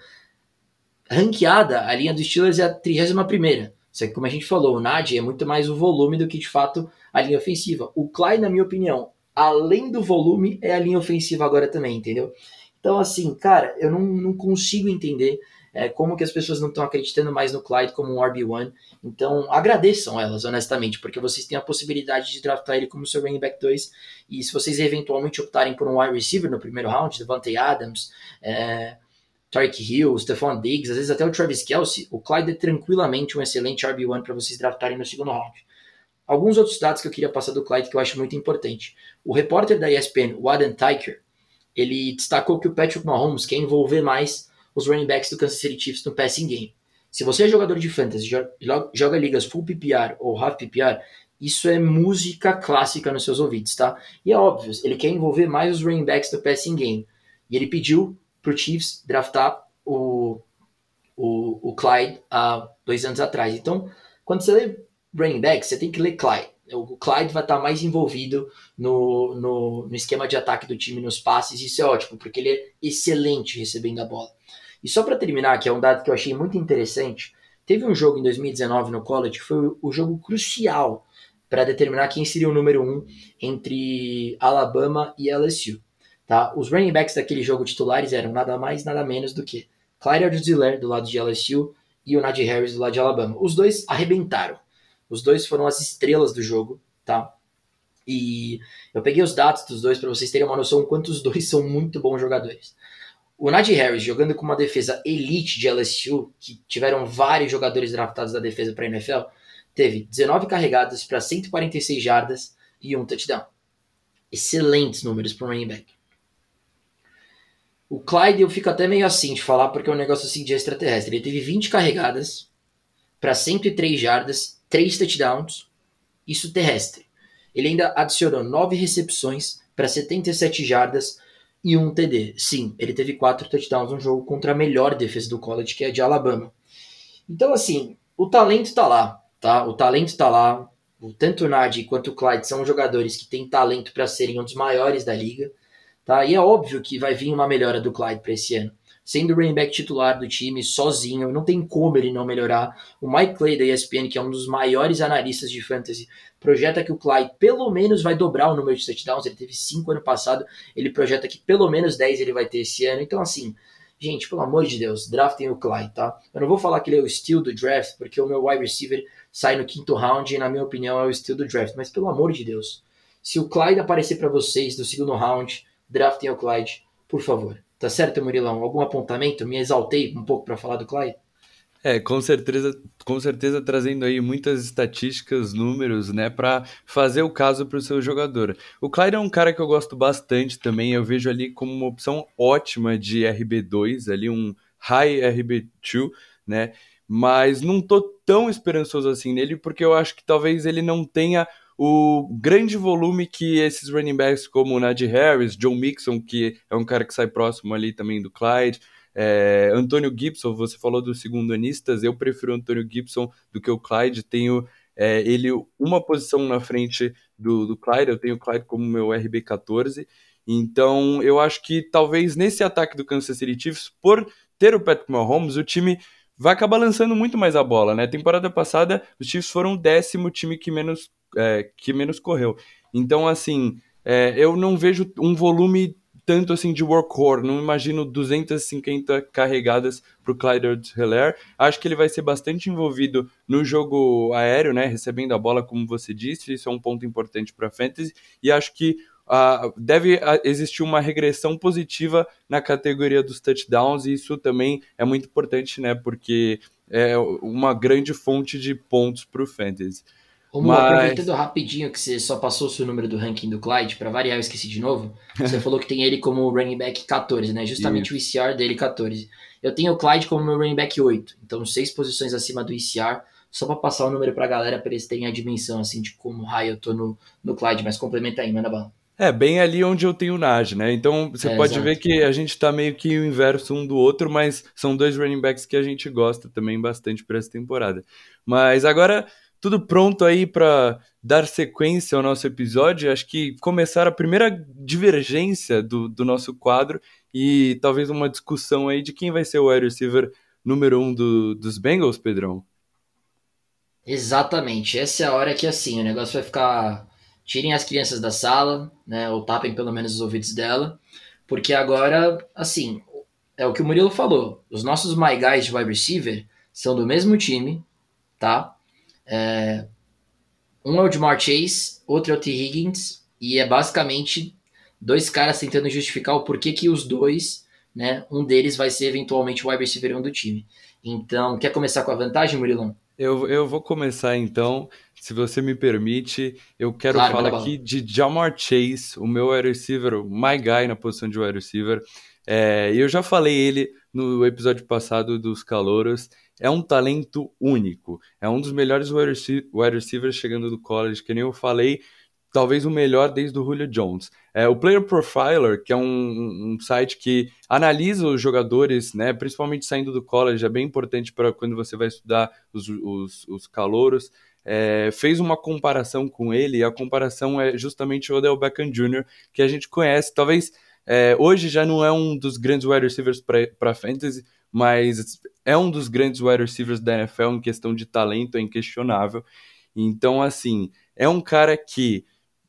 ranqueada, a linha dos Steelers é a trigésima primeira. Só que, como a gente falou, o Najee é muito mais o volume do que, de fato, a linha ofensiva. O Clyde, na minha opinião, além do volume, é a linha ofensiva agora também, entendeu? Então, assim, cara, eu não, não consigo entender é, como que as pessoas não estão acreditando mais no Clyde como um R B um. Então, agradeçam elas, honestamente, porque vocês têm a possibilidade de draftar ele como seu running back dois. E se vocês eventualmente optarem por um wide receiver no primeiro round, Davante Adams, é, Tyreek Hill, Stephon Diggs, às vezes até o Travis Kelce, o Clyde é tranquilamente um excelente R B um para vocês draftarem no segundo round. Alguns outros dados que eu queria passar do Clyde que eu acho muito importante. O repórter da E S P N, o Adam Teicher, ele destacou que o Patrick Mahomes quer envolver mais os running backs do Kansas City Chiefs no passing game. Se você é jogador de fantasy, joga ligas full P P R ou half P P R, isso é música clássica nos seus ouvidos, tá? E é óbvio, ele quer envolver mais os running backs do passing game. E ele pediu pro Chiefs draftar o, o, o Clyde há dois anos atrás. Então, quando você lê running back, você tem que ler Clyde. O Clyde vai estar mais envolvido no, no, no esquema de ataque do time, nos passes, e isso é ótimo, porque ele é excelente recebendo a bola. E só para terminar, que é um dado que eu achei muito interessante, teve um jogo em dois mil e dezenove no college que foi o jogo crucial para determinar quem seria o número um entre Alabama e L S U. Tá? Os running backs daquele jogo titulares eram nada mais, nada menos do que Clyde Edwards-Helaire do lado de L S U e o Najee Harris do lado de Alabama. Os dois arrebentaram. Os dois foram as estrelas do jogo, tá? E eu peguei os dados dos dois para vocês terem uma noção quanto os dois são muito bons jogadores. O Najee Harris, jogando com uma defesa elite de L S U, que tiveram vários jogadores draftados da defesa para a N F L, teve dezenove carregadas para cento e quarenta e seis jardas e um touchdown. Excelentes números para um running back. O Clyde eu fico até meio assim de falar, porque é um negócio assim de extraterrestre. Ele teve vinte carregadas para cento e três jardas, três touchdowns, isso terrestre. Ele ainda adicionou nove recepções para setenta e sete jardas e um T D. Sim, ele teve quatro touchdowns no jogo contra a melhor defesa do college, que é a de Alabama. Então, assim, o talento tá lá, tá? O talento tá lá. Tanto o Najee quanto o Clyde são jogadores que têm talento para serem um dos maiores da liga, tá? E é óbvio que vai vir uma melhora do Clyde para esse ano. Sendo o running back titular do time, sozinho, não tem como ele não melhorar. O Mike Clay da E S P N, que é um dos maiores analistas de fantasy, projeta que o Clyde pelo menos vai dobrar o número de touchdowns. Ele teve cinco ano passado, ele projeta que pelo menos dez ele vai ter esse ano. Então, assim, gente, pelo amor de Deus, draftem o Clyde, tá? Eu não vou falar que ele é o steal do draft, porque o meu wide receiver sai no quinto round e, na minha opinião, é o steal do draft. Mas, pelo amor de Deus, se o Clyde aparecer para vocês no segundo round, draftem o Clyde, por favor. Tá certo, Murilão? Algum apontamento? Me exaltei um pouco para falar do Clyde? É, com certeza, com certeza trazendo aí muitas estatísticas, números, né, para fazer o caso para o seu jogador. O Clyde é um cara que eu gosto bastante também, eu vejo ali como uma opção ótima de R B dois, ali um high R B dois, né? Mas não tô tão esperançoso assim nele, porque eu acho que talvez ele não tenha o grande volume que esses running backs como o Najee Harris, Joe Mixon, que é um cara que sai próximo ali também do Clyde, é, Antônio Gibson, você falou dos segundo-anistas, eu prefiro o Antônio Gibson do que o Clyde, tenho é, ele uma posição na frente do, do Clyde, eu tenho o Clyde como meu R B quatorze, então eu acho que talvez nesse ataque do Kansas City Chiefs, por ter o Patrick Mahomes, o time vai acabar lançando muito mais a bola, né? Temporada passada, os Chiefs foram o décimo time que menos, é, que menos correu. Então, assim, é, eu não vejo um volume tanto assim de workhorse, não imagino duzentas e cinquenta carregadas para o Clyde Edwards-Helaire. Acho que ele vai ser bastante envolvido no jogo aéreo, né, recebendo a bola, como você disse, isso é um ponto importante para a Fantasy, e acho que uh, deve uh, existir uma regressão positiva na categoria dos touchdowns, e isso também é muito importante, né, porque é uma grande fonte de pontos para o Fantasy. Romulo, aproveitando Mas, rapidinho que você só passou o seu número do ranking do Clyde, para variar, eu esqueci de novo. Você falou que tem ele como running back quatorze, né? Justamente o isso. I C R dele quatorze. Eu tenho o Clyde como meu running back oito, então seis posições acima do I C R, só para passar o número para a galera, para eles terem a dimensão assim de como high eu tô no, no Clyde, mas complementa aí, manda bala. É, bem ali onde eu tenho o Najee, né? Então você É, pode ver exato. que a gente tá meio que o inverso um do outro, mas são dois running backs que a gente gosta também bastante para essa temporada. Mas agora, tudo pronto aí para dar sequência ao nosso episódio. Acho que começar a primeira divergência do, do nosso quadro e talvez uma discussão aí de quem vai ser o wide receiver número um do, dos Bengals, Pedrão. Exatamente. Essa é a hora que assim, o negócio vai ficar. Tirem as crianças da sala, né? Ou tapem pelo menos os ouvidos dela. Porque agora, assim, é o que o Murilo falou. Os nossos My Guys de wide receiver são do mesmo time, tá? Um é o Jamar Chase, outro é o T. Higgins, e é basicamente dois caras tentando justificar o porquê que os dois, né? Um deles vai ser eventualmente o wide receiver um do time. Então, quer começar com a vantagem, Murilão? Eu, eu vou começar então, se você me permite. Eu quero Claro, falar manda bala. aqui de Jamar Chase, o meu wide receiver, o my guy na posição de wide receiver. É, eu já falei ele no episódio passado dos Calouros. É um talento único. É um dos melhores wide rece- wide receivers chegando do college, que nem eu falei, talvez o melhor desde o Julio Jones. É, o Player Profiler, que é um, um site que analisa os jogadores, né, principalmente saindo do college, é bem importante para quando você vai estudar os, os, os calouros, é, fez uma comparação com ele, e a comparação é justamente o Odell Beckham júnior, que a gente conhece, talvez é, hoje já não é um dos grandes wide receivers para fantasy, mas é um dos grandes wide receivers da N F L em questão de talento, é inquestionável. Então, assim, é um cara que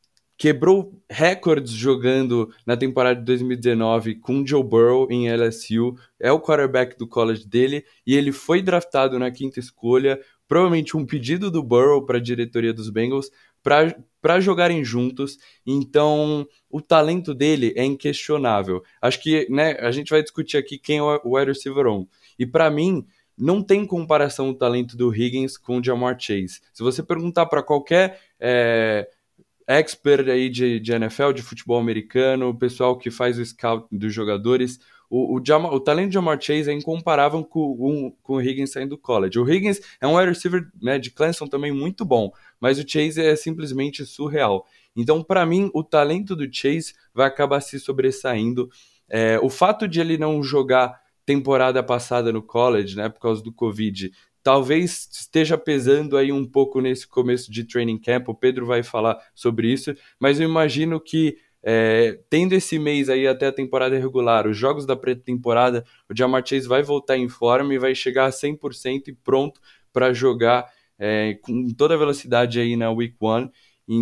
quebrou recordes jogando na temporada de dois mil e dezenove com Joe Burrow em L S U, é o quarterback do college dele, e ele foi draftado na quinta escolha, provavelmente um pedido do Burrow para a diretoria dos Bengals, para jogarem juntos. Então, o talento dele é inquestionável. Acho que, né, a gente vai discutir aqui quem é o wide receiver um. E para mim, não tem comparação o talento do Higgins com o Jamar Chase. Se você perguntar para qualquer é, expert aí de, de N F L, de futebol americano, o pessoal que faz o scout dos jogadores. O, o, Jama, o talento de Jamar Chase é incomparável com, um, com o Higgins saindo do college. O Higgins é um wide receiver, né, de Clemson também muito bom, mas o Chase é simplesmente surreal. Então, para mim, o talento do Chase vai acabar se sobressaindo. É, o fato de ele não jogar temporada passada no college, né, por causa do Covid, talvez esteja pesando aí um pouco nesse começo de training camp. O Pedro vai falar sobre isso, mas eu imagino que é, tendo esse mês aí até a temporada regular, os jogos da pré-temporada, o Jamar Chase vai voltar em forma e vai chegar a cem por cento e pronto para jogar é, com toda a velocidade aí na Week One.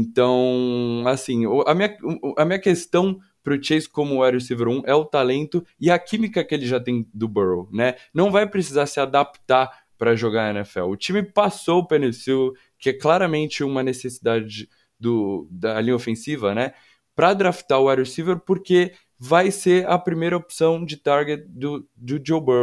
Então, assim, a minha, a minha questão para o Chase como wide receiver um é o talento e a química que ele já tem do Burrow, né? Não vai precisar se adaptar para jogar na N F L. O time passou o Penei Sewell, que é claramente uma necessidade do, da linha ofensiva, né? Para draftar o wide receiver, porque vai ser a primeira opção de target do, do Joe Burrow.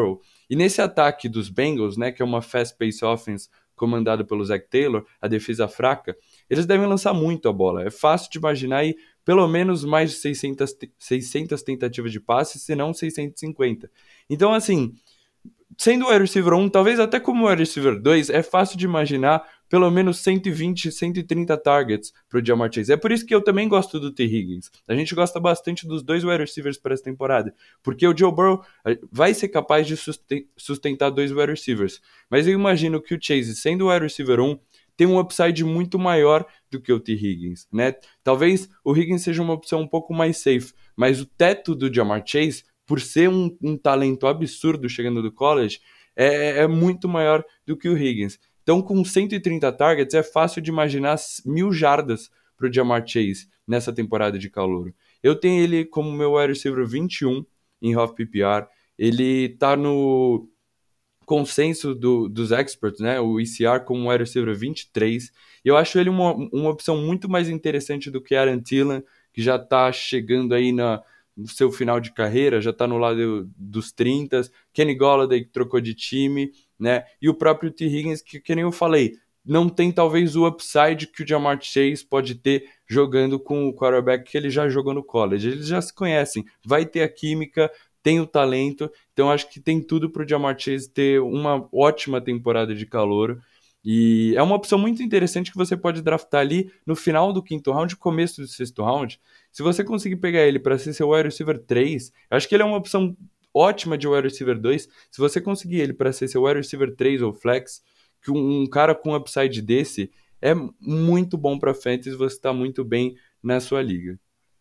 E nesse ataque dos Bengals, né, que é uma fast-paced offense comandada pelo Zach Taylor, a defesa fraca, eles devem lançar muito a bola. É fácil de imaginar aí pelo menos mais de seiscentas, seiscentas tentativas de passe, se não seiscentas e cinquenta. Então, assim, sendo o wide receiver um, talvez até como o wide receiver dois, é fácil de imaginar pelo menos cento e vinte, cento e trinta targets para o Ja'Marr Chase. É por isso que eu também gosto do T. Higgins. A gente gosta bastante dos dois wide receivers para essa temporada, porque o Joe Burrow vai ser capaz de sustentar dois wide receivers. Mas eu imagino que o Chase, sendo o wide receiver um, tem um upside muito maior do que o T. Higgins, né? Talvez o Higgins seja uma opção um pouco mais safe, mas o teto do Ja'Marr Chase, por ser um, um talento absurdo chegando do college, é, é muito maior do que o Higgins. Então, com cento e trinta targets, é fácil de imaginar mil jardas para o Ja'Marr Chase nessa temporada de calouro. Eu tenho ele como meu wide receiver vinte e um em half P P R. Ele está no consenso do, dos experts, né? O E C R como wide receiver vinte e três. E eu acho ele uma, uma opção muito mais interessante do que Aaron Thielen, que já está chegando aí na, no seu final de carreira, já está no lado dos trinta. Kenny Golladay, que trocou de time, né? E o próprio T. Higgins, que, que nem eu falei, não tem talvez o upside que o Ja'Marr Chase pode ter jogando com o quarterback que ele já jogou no college. Eles já se conhecem, vai ter a química, tem o talento, então acho que tem tudo para o Ja'Marr Chase ter uma ótima temporada de calouro. E é uma opção muito interessante que você pode draftar ali no final do quinto round, começo do sexto round. Se você conseguir pegar ele para ser seu wide receiver três, eu acho que ele é uma opção ótima de wide receiver dois. Se você conseguir ele para ser seu wide receiver três ou flex, que um, um cara com upside desse é muito bom para fantasy, você está muito bem na sua liga.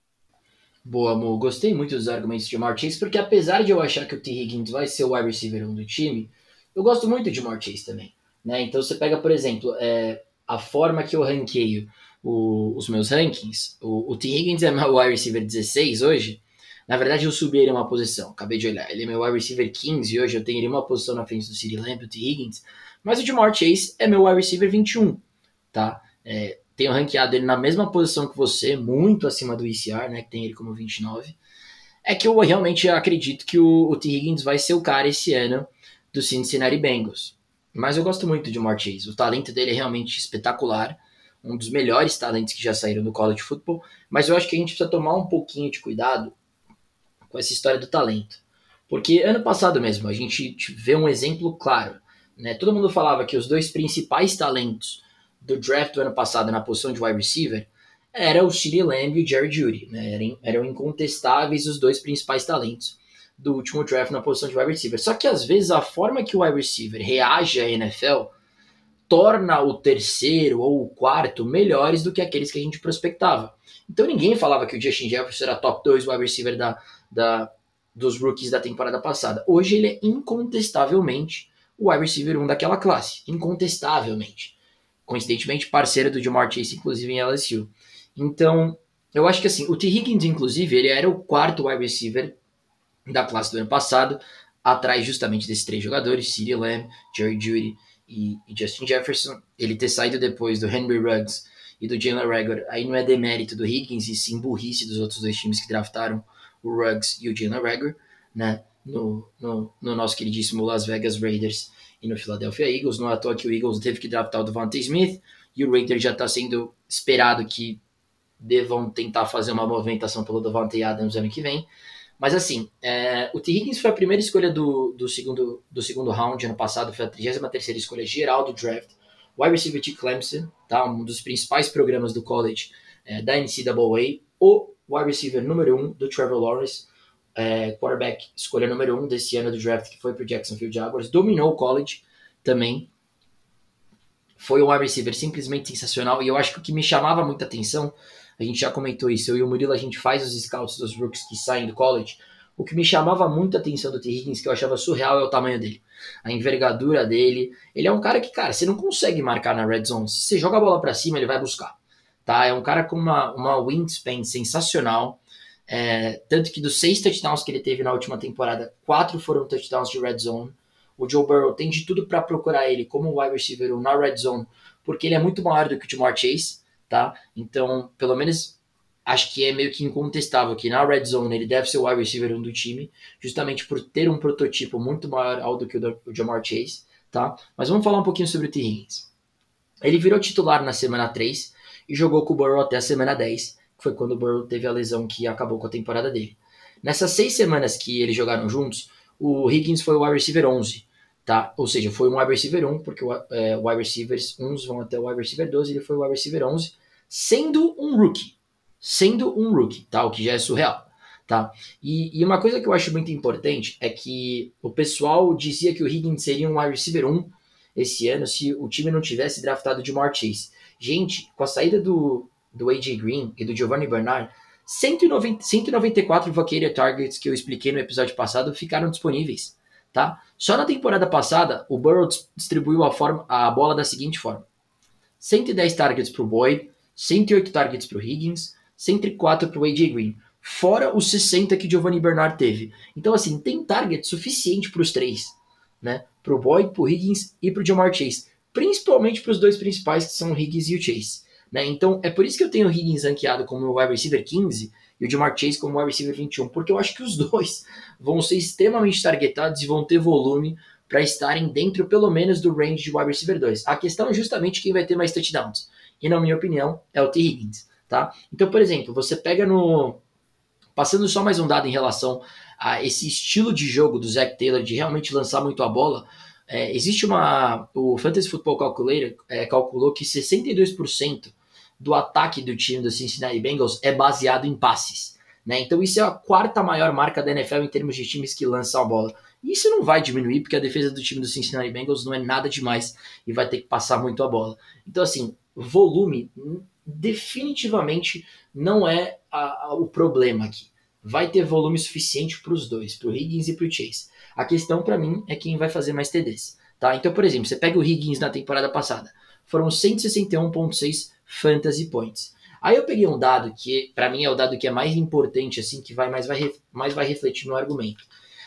Boa, amor. Gostei muito dos argumentos de Ja'Marr Chase, porque apesar de eu achar que o T. Higgins vai ser o wide receiver um do time, eu gosto muito de Ja'Marr Chase também. Né? Então você pega, por exemplo, é, a forma que eu ranqueio o, os meus rankings, o, o T. Higgins é meu wide receiver dezesseis hoje. Na verdade, eu subi ele uma posição, acabei de olhar. Ele é meu wide receiver quinze hoje, eu tenho ele uma posição na frente do CeeDee Lamb, o T. Higgins. Mas o Ja'Marr Chase é meu wide receiver vinte e um, tá? É, tenho ranqueado ele na mesma posição que você, muito acima do E C R, né, que tem ele como vinte e nove. É que eu realmente acredito que o, o T. Higgins vai ser o cara esse ano do Cincinnati Bengals. Mas eu gosto muito de Ja'Marr Chase. O talento dele é realmente espetacular. Um dos melhores talentos que já saíram do college football. Mas eu acho que a gente precisa tomar um pouquinho de cuidado com essa história do talento. Porque ano passado mesmo, a gente vê um exemplo claro. Né? Todo mundo falava que os dois principais talentos do draft do ano passado na posição de wide receiver era o CeeDee Lamb e o Jerry Jeudy. Né? Eram, eram incontestáveis os dois principais talentos do último draft na posição de wide receiver. Só que às vezes a forma que o wide receiver reage à N F L torna o terceiro ou o quarto melhores do que aqueles que a gente prospectava. Então ninguém falava que o Justin Jefferson era top dois wide receiver da, da, dos rookies da temporada passada. Hoje ele é incontestavelmente o wide receiver um daquela classe. Incontestavelmente. Coincidentemente, parceiro do Ja'Marr Chase, inclusive em L S U. Então, eu acho que assim, o T. Higgins, inclusive, ele era o quarto wide receiver da classe do ano passado, atrás justamente desses três jogadores, CeeDee Lamb, Jerry Jeudy e, e Justin Jefferson. Ele ter saído depois do Henry Ruggs e do Jalen Reagor, aí não é demérito do Higgins, e sim burrice dos outros dois times que draftaram o Ruggs e o Jalen Reagor, né, no, no, no nosso queridíssimo Las Vegas Raiders e no Philadelphia Eagles. Não é à toa que o Eagles teve que draftar o Devontae Smith, e o Raiders já está sendo esperado que devam tentar fazer uma movimentação pelo Davante Adams ano que vem. Mas assim, é, o T. Higgins foi a primeira escolha do, do, segundo, do segundo round ano passado, foi a trigésima terceira escolha geral do draft. Wide receiver de Clemson, tá? Um dos principais programas do college é, da N C A A. O wide receiver número um do Trevor Lawrence, é, quarterback escolha número um desse ano do draft, que foi para o Jacksonville Jaguars. Dominou o college também. Foi um wide receiver simplesmente sensacional. E eu acho que o que me chamava muita atenção, a gente já comentou isso, eu e o Murilo, a gente faz os scouts dos rookies que saem do college. O que me chamava muito a atenção do T. Higgins, que eu achava surreal, é o tamanho dele. A envergadura dele. Ele é um cara que, cara, você não consegue marcar na red zone. Se você joga a bola pra cima, ele vai buscar. Tá? É um cara com uma, uma wingspan sensacional. É, tanto que dos seis touchdowns que ele teve na última temporada, quatro foram touchdowns de red zone. O Joe Burrow tem de tudo para procurar ele como wide receiver na red zone, porque ele é muito maior do que o Ja'Marr Chase, tá? Então, pelo menos acho que é meio que incontestável que na red zone ele deve ser o wide receiver um do time, justamente por ter um prototipo muito maior do que o do Ja'Marr Chase, tá? Mas vamos falar um pouquinho sobre o T. Higgins. Ele virou titular na semana três e jogou com o Burrow até a semana dez, que foi quando o Burrow teve a lesão que acabou com a temporada dele. Nessas seis semanas que eles jogaram juntos, o Higgins foi o wide receiver onze, tá? Ou seja, foi um wide receiver um, porque o é, wide receivers uns vão até o wide receiver doze, ele foi o wide receiver onze, sendo um rookie. Sendo um rookie, tá? O que já é surreal, tá? E, e uma coisa que eu acho muito importante é que o pessoal dizia que o Higgins seria um wide receiver um esse ano se o time não tivesse draftado de Ja'Marr Chase. Gente, com a saída do, do A J Green e do Giovanni Bernard, cento e noventa, cento e noventa e quatro vacated targets que eu expliquei no episódio passado ficaram disponíveis, tá? Só na temporada passada, o Burrow distribuiu a, forma, a bola da seguinte forma: cento e dez targets para o Boyd, cento e oito targets para o Higgins, cento e quatro para o A J Green, fora os sessenta que o Giovanni Bernard teve. Então, assim, tem target suficiente para os três, né? Para o Boyd, para o Higgins e para o Ja'Marr Chase. Principalmente para os dois principais, que são o Higgins e o Chase. Né? Então, é por isso que eu tenho o Higgins ranqueado como o wide receiver quinze e o Ja'Marr Chase como o wide receiver vinte e um, porque eu acho que os dois vão ser extremamente targetados e vão ter volume para estarem dentro, pelo menos, do range de wide receiver dois. A questão é justamente quem vai ter mais touchdowns. E, na minha opinião, é o T. Higgins. Tá? Então, por exemplo, você pega no... Passando só mais um dado em relação a esse estilo de jogo do Zac Taylor, de realmente lançar muito a bola, é, existe uma... O Fantasy Football Calculator é, calculou que sessenta e dois por cento do ataque do time do Cincinnati Bengals é baseado em passes. Né? Então isso é a quarta maior marca da N F L em termos de times que lançam a bola. E isso não vai diminuir, porque a defesa do time do Cincinnati Bengals não é nada demais e vai ter que passar muito a bola. Então, assim, volume definitivamente não é a, a, o problema aqui. Vai ter volume suficiente para os dois, para o Higgins e para o Chase. A questão para mim é quem vai fazer mais T Ds. Tá? Então, por exemplo, você pega o Higgins na temporada passada, foram cento e sessenta e um vírgula seis fantasy points. Aí eu peguei um dado que, para mim, é o dado que é mais importante, assim, que vai mais vai, mais vai refletir no argumento.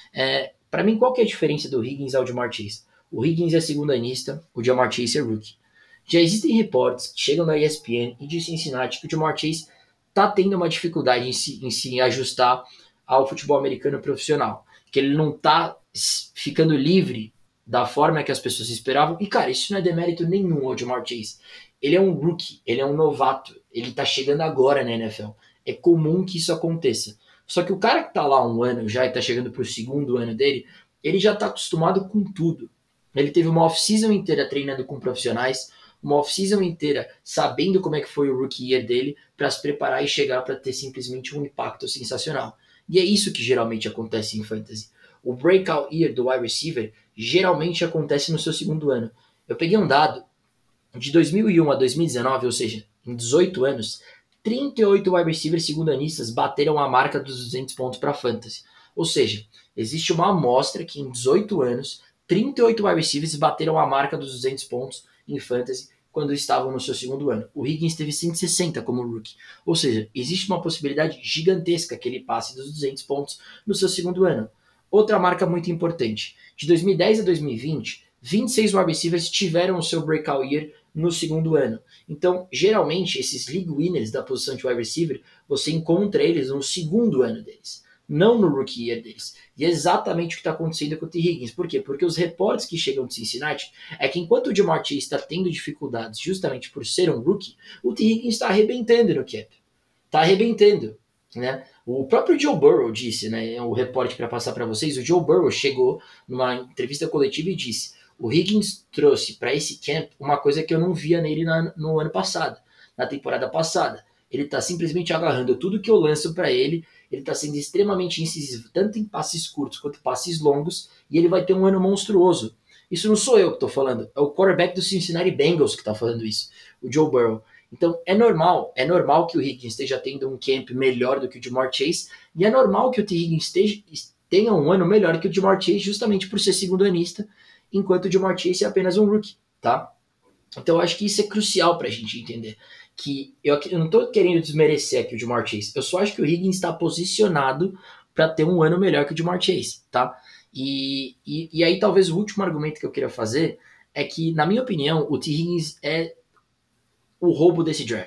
É, para mim, qual que é a diferença do Higgins ao Ja'Marr Chase? O Higgins é segundanista, o Ja'Marr Chase é rookie. Já existem reportes que chegam da E S P N e de Cincinnati que o Ja'Marr Chase está tendo uma dificuldade em se, em se ajustar ao futebol americano profissional. Que ele não está ficando livre da forma que as pessoas esperavam. E, cara, isso não é demérito nenhum ao Ja'Marr Chase. Ele é um rookie, ele é um novato, ele está chegando agora na N F L. É comum que isso aconteça. Só que o cara que está lá um ano já e está chegando para o segundo ano dele, ele já está acostumado com tudo. Ele teve uma off-season inteira treinando com profissionais, uma off-season inteira sabendo como é que foi o rookie year dele para se preparar e chegar para ter simplesmente um impacto sensacional. E é isso que geralmente acontece em fantasy. O breakout year do wide receiver geralmente acontece no seu segundo ano. Eu peguei um dado de dois mil e um a dois mil e dezenove, ou seja, em dezoito anos, trinta e oito wide receivers segundanistas bateram a marca dos duzentos pontos para fantasy. Ou seja, existe uma amostra que em dezoito anos, trinta e oito wide receivers bateram a marca dos duzentos pontos em fantasy quando estavam no seu segundo ano. O Higgins teve cento e sessenta como rookie. Ou seja, existe uma possibilidade gigantesca que ele passe dos duzentos pontos no seu segundo ano. Outra marca muito importante. De dois mil e dez a dois mil e vinte, vinte e seis wide receivers tiveram o seu breakout year no segundo ano. Então, geralmente, esses league winners da posição de wide receiver, você encontra eles no segundo ano deles, não no rookie year deles. E é exatamente o que está acontecendo com o T. Higgins. Por quê? Porque os reportes que chegam de Cincinnati é que enquanto o Ja'Marr Chase está tendo dificuldades justamente por ser um rookie, o T. Higgins está arrebentando no cap. Está arrebentando. Né? O próprio Joe Burrow disse, né, o reporte para passar para vocês, o Joe Burrow chegou numa entrevista coletiva e disse: o Higgins trouxe para esse camp uma coisa que eu não via nele na, no ano passado, na temporada passada. Ele está simplesmente agarrando tudo que eu lanço para ele, ele está sendo extremamente incisivo, tanto em passes curtos quanto passes longos, e ele vai ter um ano monstruoso. Isso não sou eu que estou falando, é o quarterback do Cincinnati Bengals que está falando isso, o Joe Burrow. Então é normal, é normal que o Higgins esteja tendo um camp melhor do que o Ja'Marr Chase, e é normal que o T. Higgins esteja, tenha um ano melhor que o Ja'Marr Chase, justamente por ser segundo anista, enquanto o Ja'Marr Chase é apenas um rookie, tá? Então eu acho que isso é crucial pra gente entender, que eu, eu não tô querendo desmerecer aqui o Ja'Marr Chase, eu só acho que o Higgins está posicionado para ter um ano melhor que o Ja'Marr Chase, tá? E, e, e aí talvez o último argumento que eu queria fazer é que, na minha opinião, o T. Higgins é o roubo desse draft.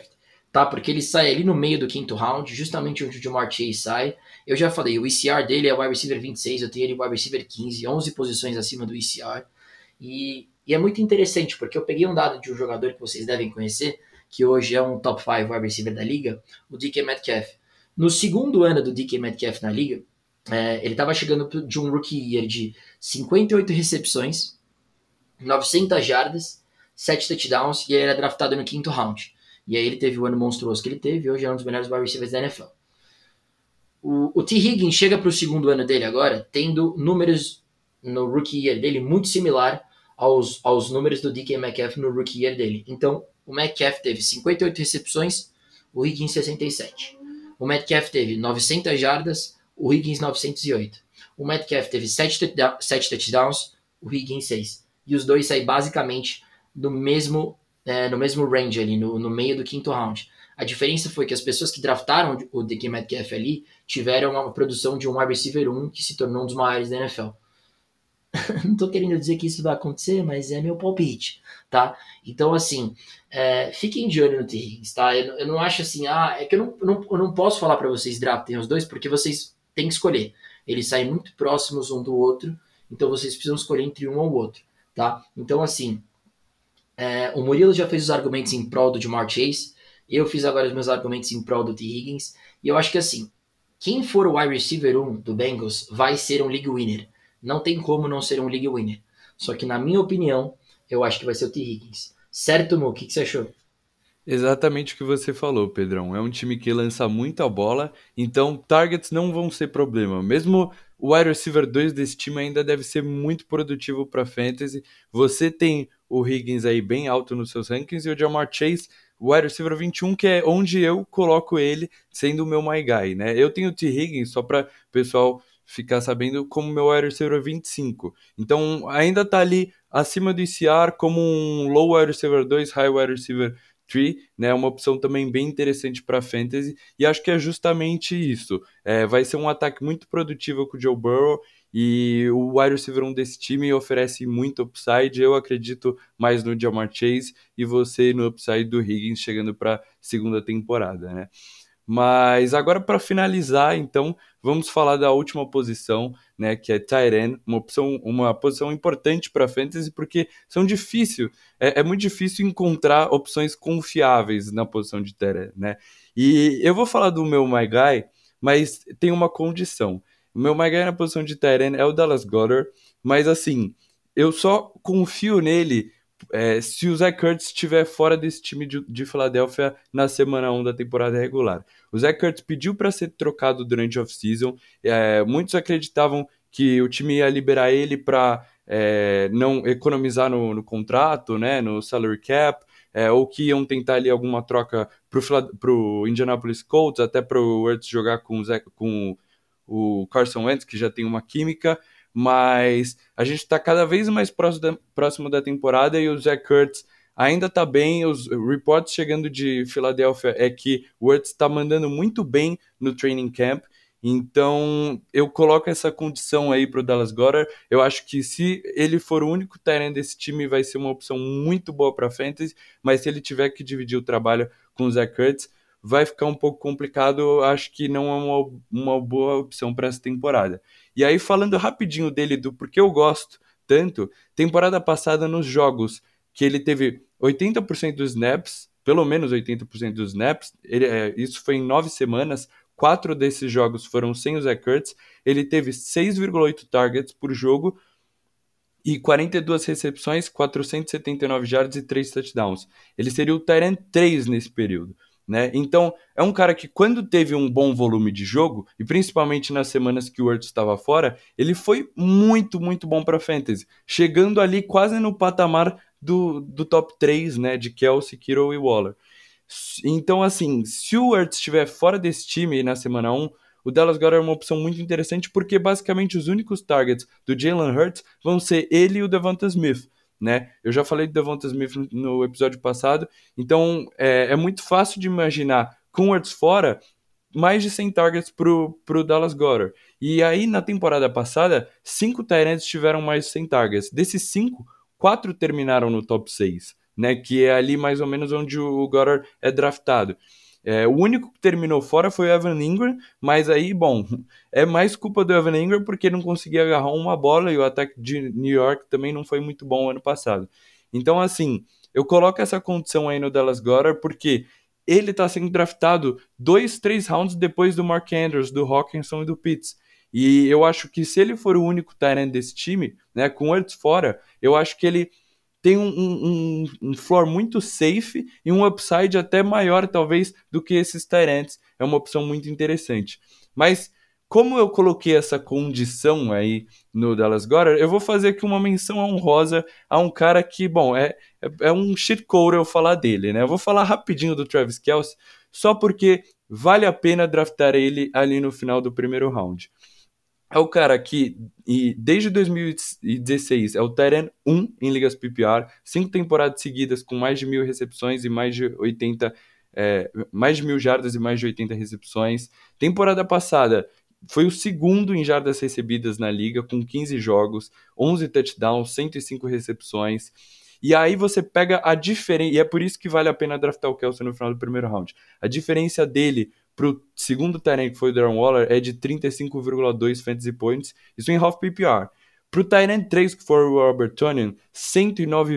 tá? Porque ele sai ali no meio do quinto round, justamente onde o Ja'Marr Chase sai. Eu já falei, o E C R dele é o wide receiver vinte e seis, eu tenho ele wide receiver quinze, onze posições acima do E C R. E, e é muito interessante, porque eu peguei um dado de um jogador que vocês devem conhecer, que hoje é um top cinco wide receiver da liga, o D K Metcalf. No segundo ano do D K Metcalf na liga, é, ele estava chegando de um rookie year de cinquenta e oito recepções, novecentas jardas, sete touchdowns, e ele era draftado no quinto round. E aí ele teve o ano monstruoso que ele teve, e hoje é um dos melhores wide receivers da N F L. O, o T. Higgins chega para o segundo ano dele agora, tendo números no rookie year dele muito similar aos, aos números do D K Metcalf no rookie year dele. Então, o Metcalf teve cinquenta e oito recepções, o Higgins sessenta e sete. O Metcalf teve novecentas jardas, o Higgins novecentos e oito. O Metcalf teve sete touchdowns, o Higgins seis. E os dois saem basicamente no mesmo, é, no mesmo range ali, no, no meio do quinto round. A diferença foi que as pessoas que draftaram o D K Metcalf ali tiveram uma produção de um wide receiver um que se tornou um dos maiores da N F L. Não tô querendo dizer que isso vai acontecer, mas é meu palpite, tá? Então, assim, é, fiquem de olho no T. Higgins, tá? Eu, eu não acho assim, ah, é que eu não, eu não, eu não posso falar para vocês draftem os dois, porque vocês têm que escolher. Eles saem muito próximos um do outro, então vocês precisam escolher entre um ou outro, tá? Então, assim, é, o Murilo já fez os argumentos em prol do Ja'Marr Chase, eu fiz agora os meus argumentos em prol do T. Higgins, e eu acho que, assim, quem for o wide receiver um do Bengals vai ser um league winner. Não tem como não ser um league winner. Só que, na minha opinião, eu acho que vai ser o T. Higgins. Certo, Mo? O que, que você achou? Exatamente o que você falou, Pedrão. É um time que lança muita bola, então targets não vão ser problema. Mesmo o wide receiver dois desse time ainda deve ser muito produtivo para fantasy. Você tem o Higgins aí bem alto nos seus rankings e o Ja'Marr Chase, o wide receiver vinte e um, que é onde eu coloco ele sendo o meu my guy, né? Eu tenho o T. Higgins, só para o pessoal ficar sabendo, como meu wide receiver vinte e cinco. Então ainda tá ali acima do I C R como um low wide receiver dois, high wide receiver três, né, uma opção também bem interessante para fantasy, e acho que é justamente isso. É, vai ser um ataque muito produtivo com o Joe Burrow, e o wide receiver um desse time oferece muito upside. Eu acredito mais no Ja'Marr Chase e você no upside do Higgins chegando para segunda temporada, né? Mas agora, para finalizar, então, vamos falar da última posição, né, que é tight end, uma opção, uma posição importante para fantasy, porque são difícil, é, é muito difícil encontrar opções confiáveis na posição de tight end, né? E eu vou falar do meu my guy, mas tem uma condição. O meu my guy na posição de tight end é o Dallas Goedert, mas assim, eu só confio nele é, se o Zach Ertz estiver fora desse time de, de Filadélfia na semana um da temporada regular. O Zach Ertz pediu para ser trocado durante a off-season. É, muitos acreditavam que o time ia liberar ele para é, não economizar no, no contrato, né, no salary cap, é, ou que iam tentar ali alguma troca para o Indianapolis Colts, até para o Ertz jogar com o, Zach, com o Carson Wentz, que já tem uma química. Mas a gente está cada vez mais próximo da, próximo da temporada e o Zach Ertz ainda está bem. Os reports chegando de Filadélfia é que o Ertz está mandando muito bem no training camp. Então eu coloco essa condição aí para o Dallas Goedert. Eu acho que se ele for o único tight end desse time, vai ser uma opção muito boa para fantasy, mas se ele tiver que dividir o trabalho com o Zach Ertz, vai ficar um pouco complicado. Eu acho que não é uma, uma boa opção para essa temporada. E aí, falando rapidinho dele, do porquê eu gosto tanto, temporada passada nos jogos que ele teve oitenta por cento dos snaps, pelo menos oitenta por cento dos snaps, ele, é, isso foi em nove semanas, quatro desses jogos foram sem o Zach Ertz, ele teve seis vírgula oito targets por jogo e quarenta e duas recepções, quatrocentos e setenta e nove yards e três touchdowns. Ele seria o tight end três nesse período. Né? Então, é um cara que quando teve um bom volume de jogo, e principalmente nas semanas que o Ertz estava fora, ele foi muito, muito bom para fantasy, chegando ali quase no patamar do, do top três, né, de Kelce, Kittle e Waller. Então, assim, se o Ertz estiver fora desse time na semana um, o Dallas Goedert é uma opção muito interessante, porque basicamente os únicos targets do Jalen Hurts vão ser ele e o Devonta Smith. Né? Eu já falei do Devonta Smith no episódio passado, então é, é muito fácil de imaginar com o Ertz fora mais de cem targets pro, pro Dallas Goedert. E aí na temporada passada, cinco tight ends tiveram mais de cem targets. Desses cinco, quatro terminaram no top seis. né, que é ali mais ou menos onde o Goddard é draftado. É, o único que terminou fora foi o Evan Ingram, mas aí, bom, é mais culpa do Evan Ingram porque não conseguia agarrar uma bola e o ataque de New York também não foi muito bom ano passado. Então, assim, eu coloco essa condição aí no Dallas Goedert porque ele tá sendo draftado dois, três rounds depois do Mark Andrews, do Hawkinson e do Pitts. E eu acho que se ele for o único tight end desse time, né, com o Ertz fora, eu acho que ele tem um, um, um floor muito safe e um upside até maior, talvez, do que esses tight ends. É uma opção muito interessante. Mas, como eu coloquei essa condição aí no Dallas Goedert, eu vou fazer aqui uma menção honrosa a um cara que, bom, é, é, é um shit code eu falar dele, né? Eu vou falar rapidinho do Travis Kelce, só porque vale a pena draftar ele ali no final do primeiro round. É o cara que, e desde dois mil e dezesseis, é o tight end um em ligas P P R, cinco temporadas seguidas com mais de mil recepções e mais de oitenta, é, mais de mil jardas e mais de oitenta recepções. Temporada passada, foi o segundo em jardas recebidas na liga, com quinze jogos, onze touchdowns, cento e cinco recepções. E aí você pega a diferença, e é por isso que vale a pena draftar o Kelce no final do primeiro round. A diferença dele pro segundo tight end, que foi o Darren Waller, é de trinta e cinco vírgula dois fantasy points, isso em half P P R. Pro tight end três, que foi o Robert Tonyan, cento e nove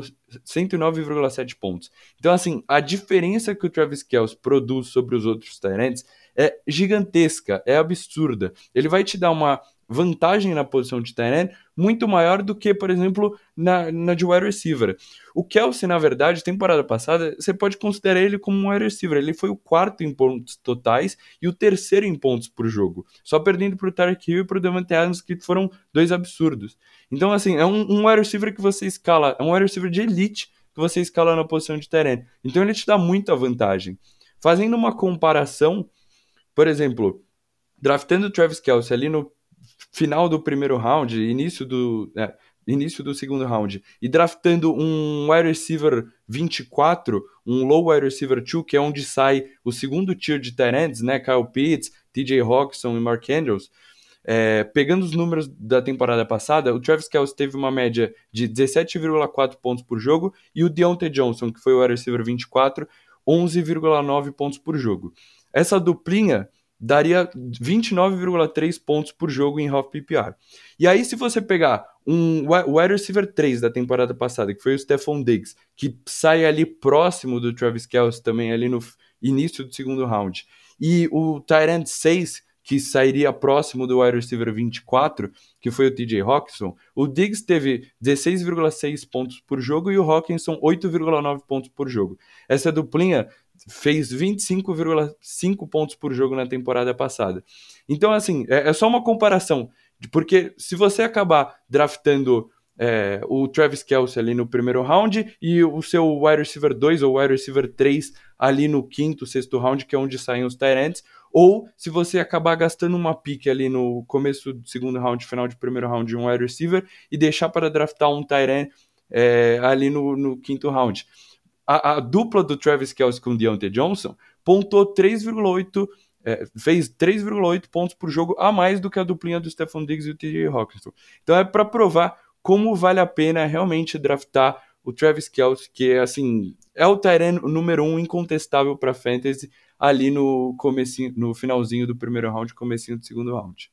vírgula sete pontos. Então, assim, a diferença que o Travis Kelce produz sobre os outros tight ends é gigantesca, é absurda. Ele vai te dar uma vantagem na posição de tight end muito maior do que, por exemplo, na, na de wide receiver. O Kelce, na verdade, temporada passada, você pode considerar ele como um wide receiver. Ele foi o quarto em pontos totais e o terceiro em pontos por jogo, só perdendo para o Tyreek Hill e para o Davante Adams, que foram dois absurdos. Então, assim, é um, um wide receiver que você escala, é um wide receiver de elite que você escala na posição de tight end. Então, ele te dá muita vantagem. Fazendo uma comparação, por exemplo, draftando o Travis Kelce ali no final do primeiro round, início do, é, início do segundo round, e draftando um wide receiver vinte e quatro, um low wide receiver dois, que é onde sai o segundo tier de tight ends, né, Kyle Pitts, T J Hawkinson e Mark Andrews, é, pegando os números da temporada passada, o Travis Kelce teve uma média de dezessete vírgula quatro pontos por jogo, e o Deontay Johnson, que foi o wide receiver vinte e quatro, onze vírgula nove pontos por jogo. Essa duplinha daria vinte e nove vírgula três pontos por jogo em half P P R. E aí, se você pegar um wide receiver três da temporada passada, que foi o Stephon Diggs, que sai ali próximo do Travis Kelce também, ali no início do segundo round, e o tight end seis, que sairia próximo do wide receiver vinte e quatro, que foi o T J Hawkinson, o Diggs teve dezesseis vírgula seis pontos por jogo e o Hawkinson oito vírgula nove pontos por jogo. Essa duplinha fez vinte e cinco vírgula cinco pontos por jogo na temporada passada. Então, assim, é, é só uma comparação, porque se você acabar draftando é, o Travis Kelce ali no primeiro round e o seu wide receiver dois ou wide receiver três ali no quinto, sexto round, que é onde saem os tight ends, ou se você acabar gastando uma pick ali no começo do segundo round, final de primeiro round de um wide receiver e deixar para draftar um tight end é, ali no, no quinto round. A, a dupla do Travis Kelce com o Deontay Johnson pontou três vírgula oito, é, fez três vírgula oito pontos por jogo a mais do que a duplinha do Stephon Diggs e o T J Hawkinson. Então é para provar como vale a pena realmente draftar o Travis Kelce, que é assim, é o tight end número um incontestável para fantasy ali no comecinho, no finalzinho do primeiro round, comecinho do segundo round.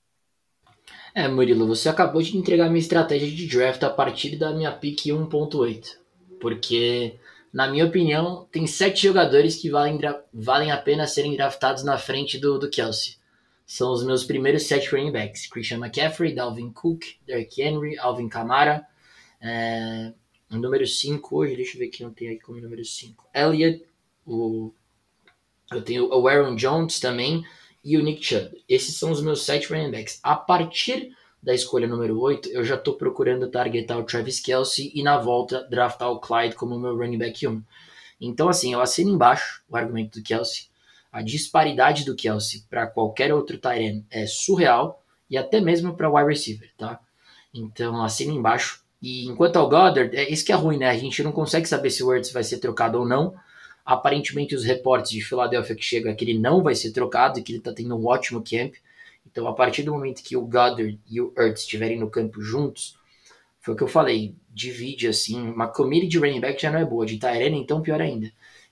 É, Murilo, você acabou de entregar minha estratégia de draft a partir da minha pick um ponto oito, porque na minha opinião, tem sete jogadores que valem, valem a pena serem draftados na frente do, do Kelce. São os meus primeiros sete running backs. Christian McCaffrey, Dalvin Cook, Derrick Henry, Alvin Kamara. É, o número cinco hoje, deixa eu ver quem eu tenho aqui como número cinco. Elliott, o, eu tenho o Aaron Jones também e o Nick Chubb. Esses são os meus sete running backs. A partir da escolha número oito, eu já estou procurando targetar o Travis Kelce e na volta draftar o Clyde como meu running back um. Então, assim, eu assino embaixo o argumento do Kelce. A disparidade do Kelce para qualquer outro tight end é surreal e até mesmo para wide receiver, tá? Então, assino embaixo. E enquanto ao Goddard, é isso que é ruim, né? A gente não consegue saber se o Ertz vai ser trocado ou não. Aparentemente, os reportes de Filadélfia que chegam é que ele não vai ser trocado e que ele está tendo um ótimo camp. Então, a partir do momento que o Goddard e o Ertz estiverem no campo juntos, foi o que eu falei, divide assim, uma committee de running back já não é boa, de tight end então pior ainda.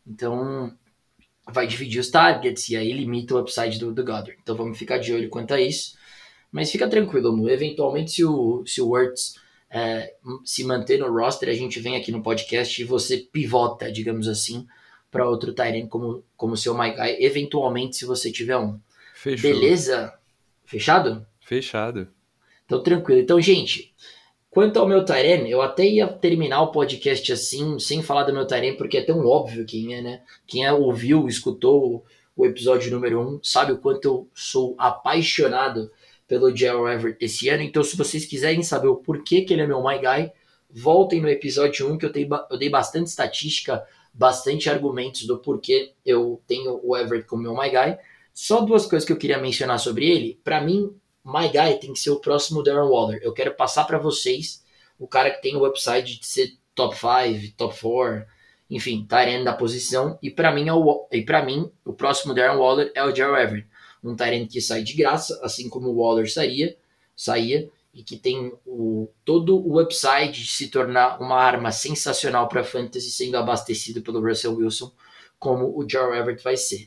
Então vai dividir os targets e aí limita o upside do, do Goddard. Então vamos ficar de olho quanto a isso. Mas fica tranquilo, Mu. Eventualmente, se o, se o Wirtz é, se manter no roster, a gente vem aqui no podcast e você pivota, digamos assim, para outro tight end como, como seu My Guy, eventualmente, se você tiver um. Fechou. Beleza? Fechado? Fechado. Então, tranquilo. Então, gente, quanto ao meu tight end, eu até ia terminar o podcast assim, sem falar do meu tight end, porque é tão óbvio quem é, né? Quem é, ouviu, escutou o episódio número um, sabe o quanto eu sou apaixonado pelo Gerald Everett esse ano. Então, se vocês quiserem saber o porquê que ele é meu My Guy, voltem no episódio um, que eu, tenho, eu dei bastante estatística, bastante argumentos do porquê eu tenho o Everett como meu My Guy. Só duas coisas que eu queria mencionar sobre ele. Para mim, My Guy tem que ser o próximo Darren Waller. Eu quero passar para vocês o cara que tem o upside de ser top cinco, top quatro, enfim, tight end da posição. E para mim, é o, e para mim, o próximo Darren Waller é o Gerald Everett. Um tight end que sai de graça, assim como o Waller saía, saía e que tem o, todo o upside de se tornar uma arma sensacional para fantasy, sendo abastecido pelo Russell Wilson, como o Gerald Everett vai ser.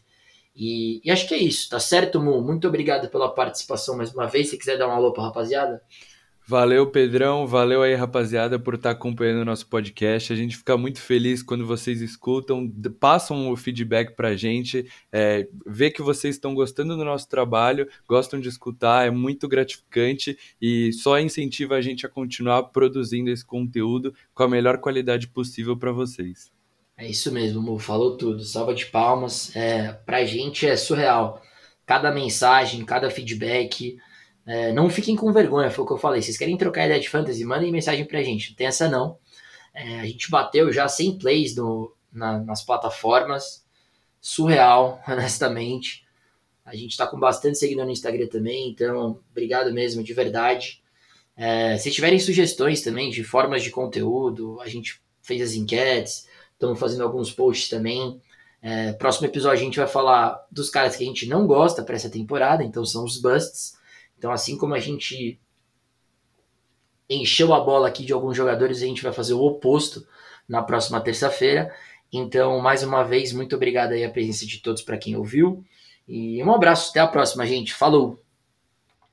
E, e acho que é isso, tá certo, Mu? Muito obrigado pela participação mais uma vez. Se quiser dar um alô pra rapaziada. Valeu, Pedrão. Valeu aí, rapaziada, por estar acompanhando o nosso podcast. A gente fica muito feliz quando vocês escutam, passam o feedback pra gente, é, ver que vocês estão gostando do nosso trabalho, gostam de escutar, é muito gratificante e só incentiva a gente a continuar produzindo esse conteúdo com a melhor qualidade possível para vocês. É isso mesmo, Mu. Falou tudo. Salva de palmas. É, pra gente é surreal. Cada mensagem, cada feedback. É, não fiquem com vergonha, foi o que eu falei. Vocês querem trocar ideia de fantasy? Mandem mensagem pra gente. Não tem essa não. É, a gente bateu já cem plays no, na, nas plataformas. Surreal, honestamente. A gente tá com bastante seguidor no Instagram também, então obrigado mesmo, de verdade. É, se tiverem sugestões também de formas de conteúdo, a gente fez as enquetes, estamos fazendo alguns posts também. É, próximo episódio a gente vai falar dos caras que a gente não gosta para essa temporada, então são os busts. Então, assim como a gente encheu a bola aqui de alguns jogadores, a gente vai fazer o oposto na próxima terça-feira. Então, mais uma vez, muito obrigado aí a presença de todos para quem ouviu. E um abraço, até a próxima, gente. Falou!